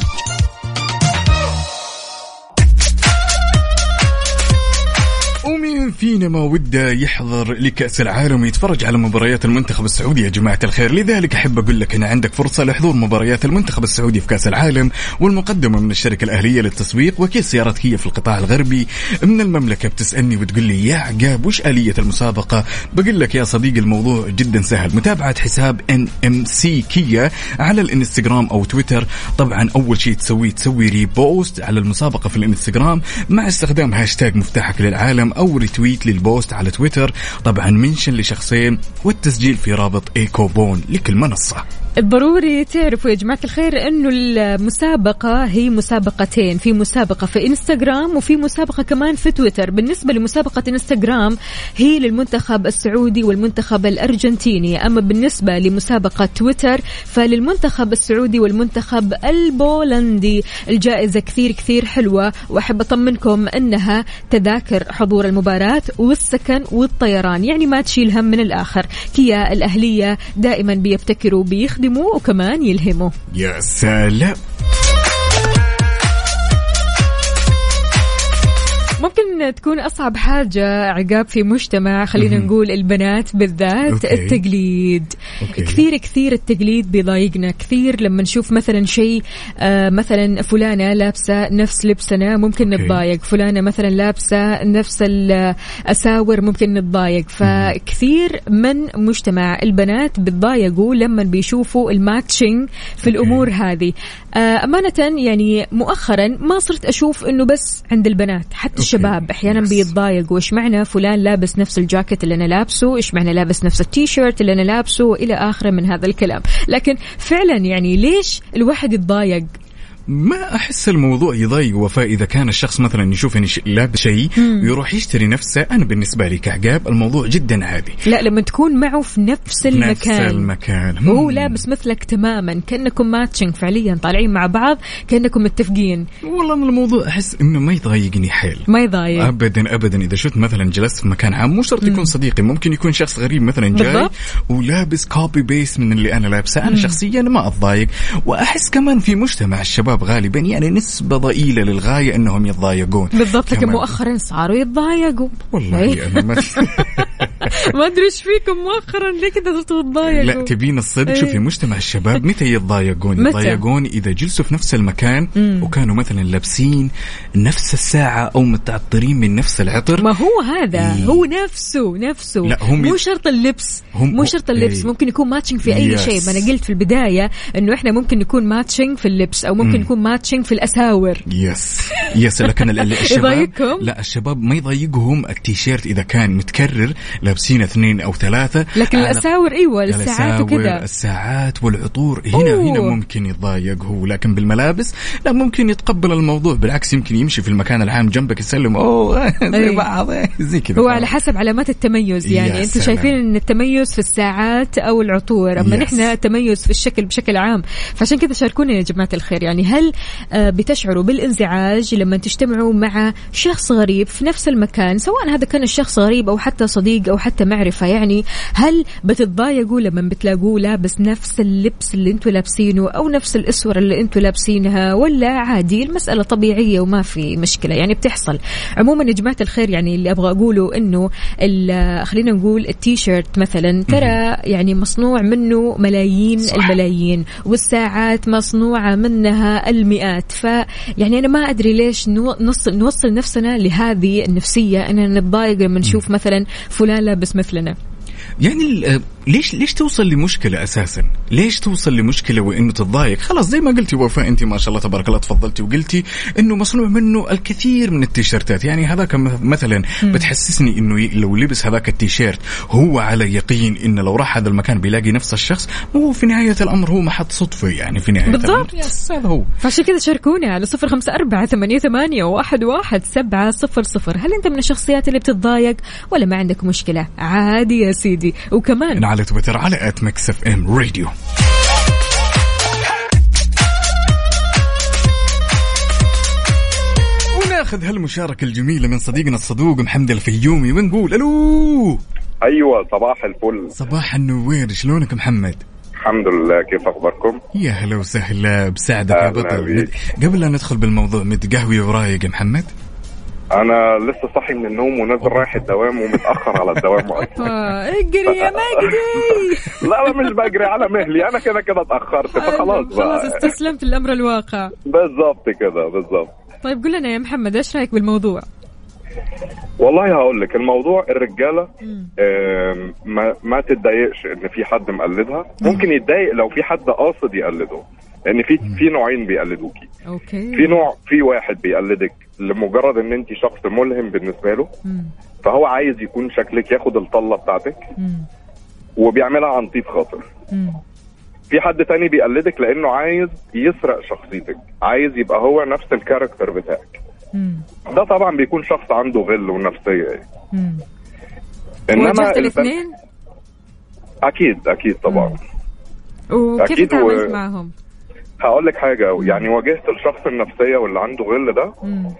ومين فينا ما وده يحضر لكأس العالم ويتفرج على مباريات المنتخب السعودي يا جماعة الخير؟ لذلك أحب أقول لك أن عندك فرصة لحضور مباريات المنتخب السعودي في كأس العالم، والمقدمة من الشركة الأهلية للتسويق وكيل سيارات كيا في القطاع الغربي من المملكة. بتسألني وتقول لي يا عقاب وش آلية المسابقة؟ بقول لك يا صديقي الموضوع جدا سهل. متابعة حساب NMC كيا على الانستغرام أو تويتر. طبعا أول شيء تسوي ريبوست على المسابقة في الانستغرام مع استخدام هاشتاج مفتاحك للعالم أو ريتويت للبوست على تويتر. طبعا منشن لشخصين والتسجيل في رابط إيكوبون لكل منصة. ضروري تعرفوا يا جماعة الخير أنه المسابقة هي مسابقتين، في مسابقة في إنستغرام وفي مسابقة كمان في تويتر. بالنسبة لمسابقة إنستغرام هي للمنتخب السعودي والمنتخب الأرجنتيني، أما بالنسبة لمسابقة تويتر فللمنتخب السعودي والمنتخب البولندي. الجائزة كثير كثير حلوة، وأحب أطمنكم أنها تذاكر حضور المباراة والسكن والطيران، يعني ما تشيل هم من الآخر. كيا الأهلية دائما بيبتكروا بيخدموا وكمان يلهموا. يا سلام. ممكن تكون أصعب حاجة عقاب في مجتمع، خلينا نقول البنات بالذات، التقليد. كثير كثير التقليد بيضايقنا كثير لما نشوف مثلا شيء، مثلا فلانة لابسة نفس لبسنا ممكن نتضايق، فلانة مثلا لابسة نفس الأساور ممكن نتضايق. فكثير من مجتمع البنات بيتضايقوا لما بيشوفوا الماتشنج في الأمور هذه. أمانة يعني مؤخرا ما صرت أشوف إنه بس عند البنات، حتى الشباب أحيانا بيتضايقوا، إيش معنى فلان لابس نفس الجاكيت اللي أنا لابسه، إيش معنى لابس نفس التيشيرت اللي أنا لابسه، إلى آخره من هذا الكلام. لكن فعلا يعني ليش الواحد يتضايق؟ ما أحس الموضوع يضايق وفاء إذا كان الشخص مثلا يشوف إني لابس شيء ويروح يشتري نفسه. أنا بالنسبة لي كعقاب الموضوع جدا عادي. لا، لما تكون معه في نفس المكان وهو لابس مثلك تماما، كأنكم ماتشنج فعليا، طالعين مع بعض كأنكم متفقين. والله من الموضوع أحس إنه ما يضايقني حيل، ما يضايق أبدا أبدا. إذا شفت مثلا جلست في مكان عام، مو شرط يكون صديقي، ممكن يكون شخص غريب مثلا جاي ولابس كوبي بيس من اللي أنا لابسه، أنا شخصيا ما أتضايق. وأحس كمان في مجتمع الشباب غالبا يعني نسبة ضئيلة للغاية أنهم يتضايقون. بالضبط، لكن مؤخرا صاروا يتضايقوا. والله أنا ما أدري إيش فيكم مؤخرا ليه كده صرتوا تتضايقوا. لا تبين الصدق، شوفي مجتمع الشباب متى يتضايقون؟ يتضايقون إذا جلسوا في نفس المكان وكانوا مثلا لابسين نفس الساعة أو متعطرين من نفس العطر. ما هو هذا هو نفسه. لا، مو شرط اللبس، مو شرط اللبس، ممكن يكون ماتشنج في أي شيء. ما أنا قلت في البداية إنه إحنا ممكن نكون ماتشنج في اللبس أو ممكن نكون ماتشنج في الأساور. يس لكن الشباب لا، الشباب ما يضايقهم التيشيرت إذا كان متكرر لابسين 2 أو 3. لكن الأساور أيوة، الساعات وكذا، الساعات والعطور هنا ممكن يتضايق هو. لكن بالملابس لا، ممكن يتقبل الموضوع، بالعكس يمكن يمشي في المكان العام جنبك يسلم زي بعض زي كذا. هو على حسب علامات التميز، يعني أنتم شايفين إن التميز في الساعات أو العطور، أما نحن التميز في الشكل بشكل عام. فعشان كذا شاركونا يا جماعة الخير، يعني هل بتشعروا بالانزعاج لما تجتمعوا مع شخص غريب في نفس المكان، سواء هذا كان الشخص غريب أو حتى صديق أو حتى معرفة؟ يعني هل بتتضايقوا لما بتلاقوه لابس نفس اللبس اللي انتوا لابسينه أو نفس الأسورة اللي انتوا لابسينها، ولا عادي المسألة طبيعية وما في مشكلة؟ يعني بتحصل. عموما يا جماعة الخير، يعني اللي أبغى أقوله إنه خلينا نقول التيشيرت مثلا ترى يعني مصنوع منه ملايين الملايين، والساعات مصنوعة منها المئات. فيعني أنا ما أدري ليش نوصل نفسنا لهذه النفسية أننا نتضايق لما نشوف مثلا فلان لابس مثلنا. يعني ليش توصل لمشكلة أساسا؟ ليش توصل لمشكلة وإنه تتضايق؟ خلاص زي ما قلتي وفاء، أنت ما شاء الله تبارك الله تفضلتي وقلتي إنه مصنوع منه الكثير من التيشيرتات. يعني هذاك مثلا بتحسسني إنه لو لبس هذاك التيشيرت هو على يقين إنه لو راح هذا المكان بيلاقي نفس الشخص. هو في نهاية الأمر هو محط صدفة، يعني في نهاية الأمر هذا هو. فعشان كذا شاركونا على 0548811700. هل أنت من الشخصيات اللي بتتضايق ولا ما عندك مشكلة؟ عادي يا سيدي. وكمان على تويتر على @mixfmradio. وناخذ هالمشاركة الجميلة من صديقنا الصدوق محمد الفيومي ونقول ألو. أيوة، صباح الفل. صباح النوير، شلونك محمد؟ الحمد لله، كيف أخباركم؟ يا هلا وسهلا، بساعدك يا بطل. قبل لا ندخل بالموضوع، متقهوي ورايق يا محمد؟ أنا لسه صاحي من النوم ونازل رايح الدوام ومتأخر على الدوام. اجري يا مجدي. لا مش بجري على مهلي، أنا كده اتأخرت فخلاص بقى. خلاص استسلمت الأمر الواقع. بالضبط كده بالضبط. طيب قل لنا يا محمد، إيش رأيك بالموضوع؟ والله هقول لك الموضوع، الرجالة ما تتضايقش إن في حد مقلدها. ممكن يتضايق لو في حد قاصد يقلده، لأن في نوعين بيقلدوكي. في واحد بيقلدك لمجرد ان انت شخص ملهم بالنسبه له، فهو عايز يكون شكلك، ياخد الطله بتاعتك وبيعملها عن طيب خاطر. في حد تاني بيقلدك لانه عايز يسرق شخصيتك، عايز يبقى هو نفس الكاركتر بتاعك. ده طبعا بيكون شخص عنده غل ونفسيه يعني. انما الاثنين اكيد طبعا. وكيف تعاملت معهم؟ هقول لك حاجه، يعني واجهت الشخص النفسيه واللي عنده غل ده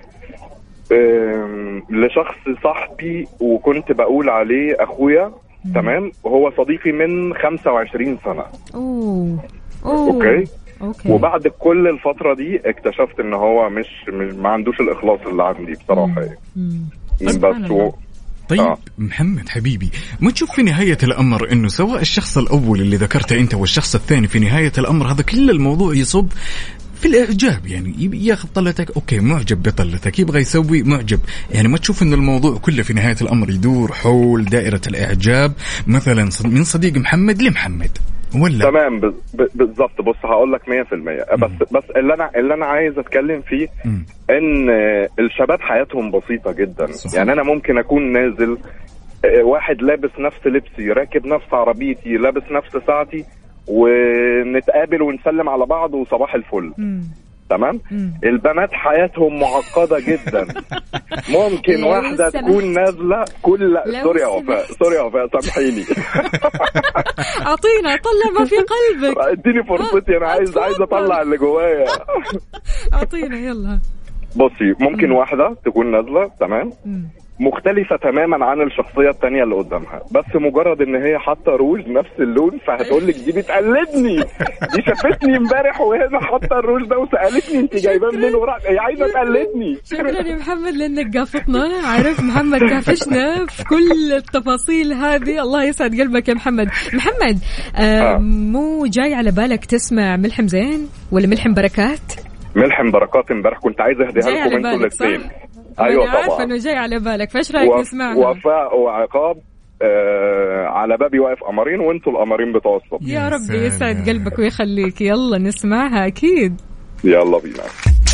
لشخص صاحبي، وكنت بقول عليه اخويا، تمام، وهو صديقي من 25 سنه. اوكي. وبعد كل الفتره دي اكتشفت ان هو مش ما عندوش الاخلاص اللي عندي بصراحه يعني. بس طيب محمد حبيبي، ما تشوف في نهاية الأمر إنه سواء الشخص الأول اللي ذكرته أنت والشخص الثاني، في نهاية الأمر هذا كل الموضوع يصب في الإعجاب، يعني ياخذ طلتك، أوكي معجب بطلتك، يبغى يسوي معجب، يعني ما تشوف إن الموضوع كله في نهاية الأمر يدور حول دائرة الإعجاب مثلا من صديق محمد لمحمد، ولا؟ تمام بالضبط. بص هقول لك 100%، بس اللي انا عايز اتكلم فيه ان الشباب حياتهم بسيطه جدا. يعني انا ممكن اكون نازل، واحد لابس نفس لبسي، راكب نفس عربيتي، لابس نفس ساعتي، ونتقابل ونسلم على بعض وصباح الفل. تمام. البنات حياتهم معقده جدا. ممكن واحده تكون نازله كل سوري يا وفاء سامحيني. اعطينا طلع ما في قلبك، اديني فرصتي، انا عايز اطلع اللي جوايا. اعطينا يلا. بصي ممكن واحده تكون نازله تمام مختلفة تماما عن الشخصية التانية اللي قدامها، بس مجرد ان هي حاطة روج نفس اللون فهتقولك دي بتقلدني، دي شافتني امبارح وهنا حاطة الروج ده وسألتني انت جايباه منين وراك، هي عايزة تقلدني. شكرا يا محمد لانك قافتنا، عارف محمد كافشنا في كل التفاصيل هذه. الله يسعد قلبك يا محمد. محمد مو جاي على بالك تسمع ملحم زين ولا ملحم بركات؟ ملحم بركات امبارح كنت عايز اهديها لكم انتوا الاثنين. ايوه طبعا عارفه انه جاي على بالك، فايش رايك نسمعها؟ وفاء وعقاب على بابي واقف قمرين وانتوا القمرين بتوع الصبح. يا رب يسعد قلبك ويخليك. يلا نسمعها اكيد. يلا بينا.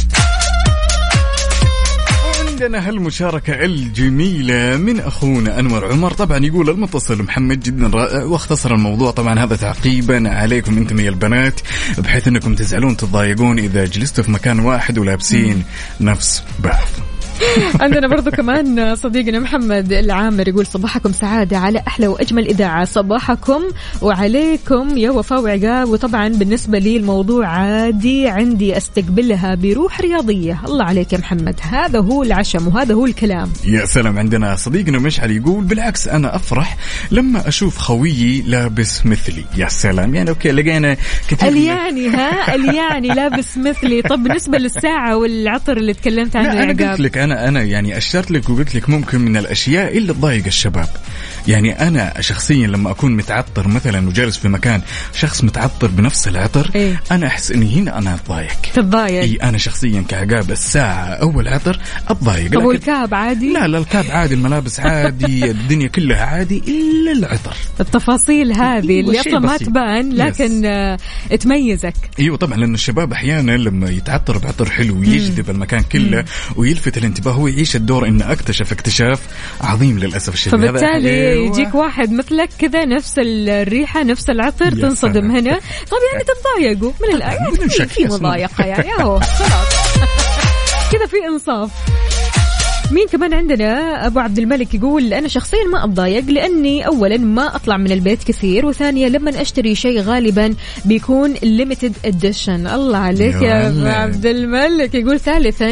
عندنا هالمشاركة الجميلة من أخونا أنور عمر. طبعا يقول المتصل محمد جدا رائع واختصر الموضوع. طبعا هذا تعقيبا عليكم أنتم يا البنات، بحيث أنكم تزعلون تتضايقون إذا جلستوا في مكان واحد ولابسين نفس بعض. عندنا برضو كمان صديقنا محمد العامر يقول صباحكم سعادة على أحلى وأجمل إذاعة. صباحكم وعليكم يا وفاء وعقاب. وطبعا بالنسبة لي الموضوع عادي عندي أستقبلها بروح رياضية. الله عليك يا محمد، هذا هو العشم وهذا هو الكلام. يا سلام. عندنا صديقنا مشعل يقول بالعكس أنا أفرح لما أشوف خويي لابس مثلي. يا سلام. يعني أوكي لقينا كثير يعني لابس مثلي. طب بالنسبة للساعة والعطر اللي تكلمت عنه يا عقاب، أنا يعني أشرت لك وقلت لك ممكن من الأشياء اللي تضايق الشباب. يعني أنا شخصيا لما أكون متعطر مثلا وجالس في مكان شخص متعطر بنفس العطر أنا أحس إني هنا أنا أتضايق. أنا شخصيا كعقاب الساعة أو العطر أتضايق. طب والكاب عادي؟ لا الكاب عادي، الملابس عادي، الدنيا كلها عادي إلا العطر. التفاصيل هذه اللي أصلا ما تبان لكن تميزك. أيوة طبعا، لأن الشباب أحيانا لما يتعطر بعطر حلو يجذب المكان كله ويلفت الانتباه، هو يعيش الدور إنه اكتشف اكتشاف عظيم للأسف الشديد. فبالتالي يجيك واحد مثلك كذا نفس الريحة نفس العطر تنصدم هنا. طب يعني تتضايقوا من الآن في مضايقة يعني أهو خلاص كذا في إنصاف. مين كمان عندنا؟ أبو عبد الملك يقول أنا شخصيا ما أتضايق لأني أولا ما أطلع من البيت كثير، وثانيا لما أشتري شيء غالبا بيكون limited edition. الله عليك يا أبو عبد الملك. يقول ثالثا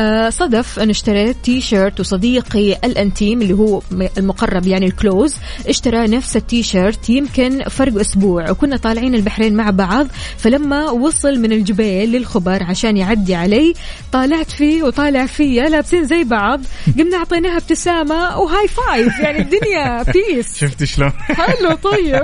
صدف أنا اشتريت تي شيرت وصديقي الأنتيم اللي هو المقرب يعني الكلوز اشترى نفس التي شيرت يمكن فرق أسبوع، وكنا طالعين البحرين مع بعض، فلما وصل من الجبيل للخبر عشان يعدي علي طالعت فيه وطالع فيا لابسين زي بعض، قمنا أعطيناها ابتسامة وهاي فايف. يعني الدنيا بيس. شفت شلون حلو. طيب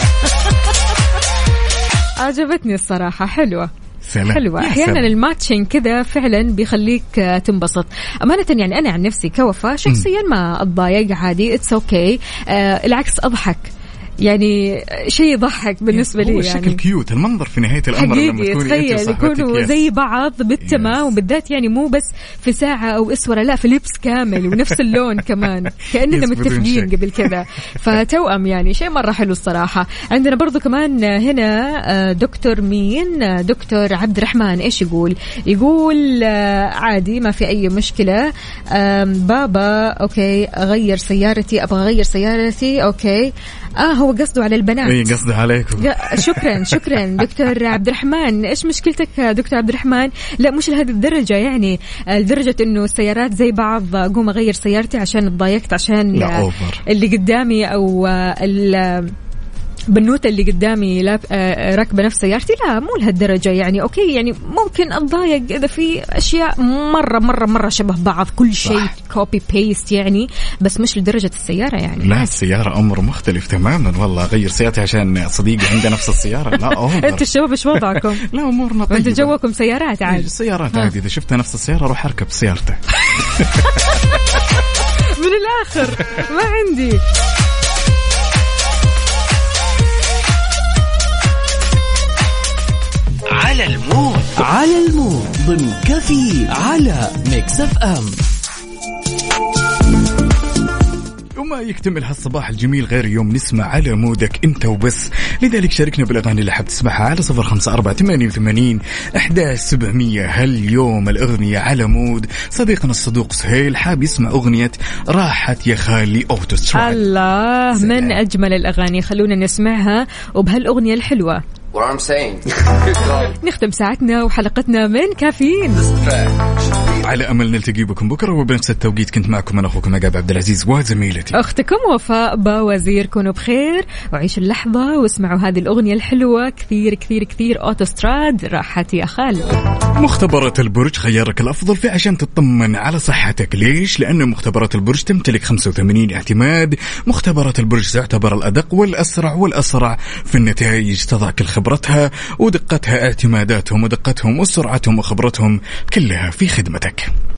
عجبتني الصراحة. حلوة. أحيانا الماتشين كذا فعلا بيخليك تنبسط. أمانة يعني أنا عن نفسي كوفاء شخصيا ما أتضايق عادي. It's okay. العكس أضحك يعني شيء يضحك بالنسبة لي. هو يعني شكل كيوت المنظر في نهاية الأمر لما حقيقي، تخيل يكونوا زي بعض بالتمام، وبالذات يعني مو بس في ساعة أو أسورة، لا في لبس كامل ونفس اللون كمان كأننا متفقين قبل كذا. فتوأم يعني شيء مرة حلو الصراحة. عندنا برضو كمان هنا دكتور دكتور عبد الرحمن إيش يقول عادي ما في أي مشكلة بابا أوكي أغير سيارتي، أبغى أغير سيارتي. أوكي هو قصده على البنات. اي قصده عليكم. شكرا دكتور عبد الرحمن. ايش مشكلتك دكتور عبد الرحمن؟ لا مش لهذه الدرجة، يعني لدرجة انه السيارات زي بعض اقوم اغير سيارتي عشان اتضايقت عشان اللي قدامي او بنوتة اللي قدامي راكبة نفس سيارتي. لا مو لهالدرجة يعني. أوكي يعني ممكن أتضايق إذا في أشياء مرة شبه بعض، كل شيء كوبي بيست يعني، بس مش لدرجة السيارة يعني. لا السيارة أمر مختلف تماما. والله أغير سيارتي عشان صديقي عنده نفس السيارة. لا أنت الشباب إيش وضعكم؟ لا أمورنا طيبة. أنت جوكم سيارات عادي. سيارات عادي، إذا شفتها نفس السيارة أروح أركب سيارته. من الآخر ما عندي. على المود ضمن كافيين على ميكس اف ام. وما يكتمل هالصباح الجميل غير يوم نسمع على مودك انت وبس. لذلك شاركنا بالاغاني اللي حاب تسمعها على 0548811700. هاليوم الاغنيه على مود صديقنا الصدوق سهيل حاب يسمع اغنيه راحت يا خالي أوتوستراد. الله من اجمل الاغاني، خلونا نسمعها وبهالاغنيه الحلوه نختم ساعتنا وحلقتنا من كافيين. على أمل نلتقي بكم بكرة وبنفس التوقيت. كنت معكم أنا أخوكم عقاب عبد العزيز وزميلتي أختكم وفاء باوزير. كونوا بخير وعيشوا اللحظة واسمعوا هذه الأغنية الحلوة كثير كثير كثير. أوتوستراد راحت يا خال. مختبرات البرج خيارك الأفضل في عشان تطمن على صحتك. ليش؟ لأن مختبرات البرج تمتلك 85 اعتماد. مختبرات البرج تعتبر الأدق والأسرع في النتائج. تضع كل خبرتها ودقتها، اعتماداتهم ودقتهم وسرعتهم وخبرتهم كلها في خدمتك.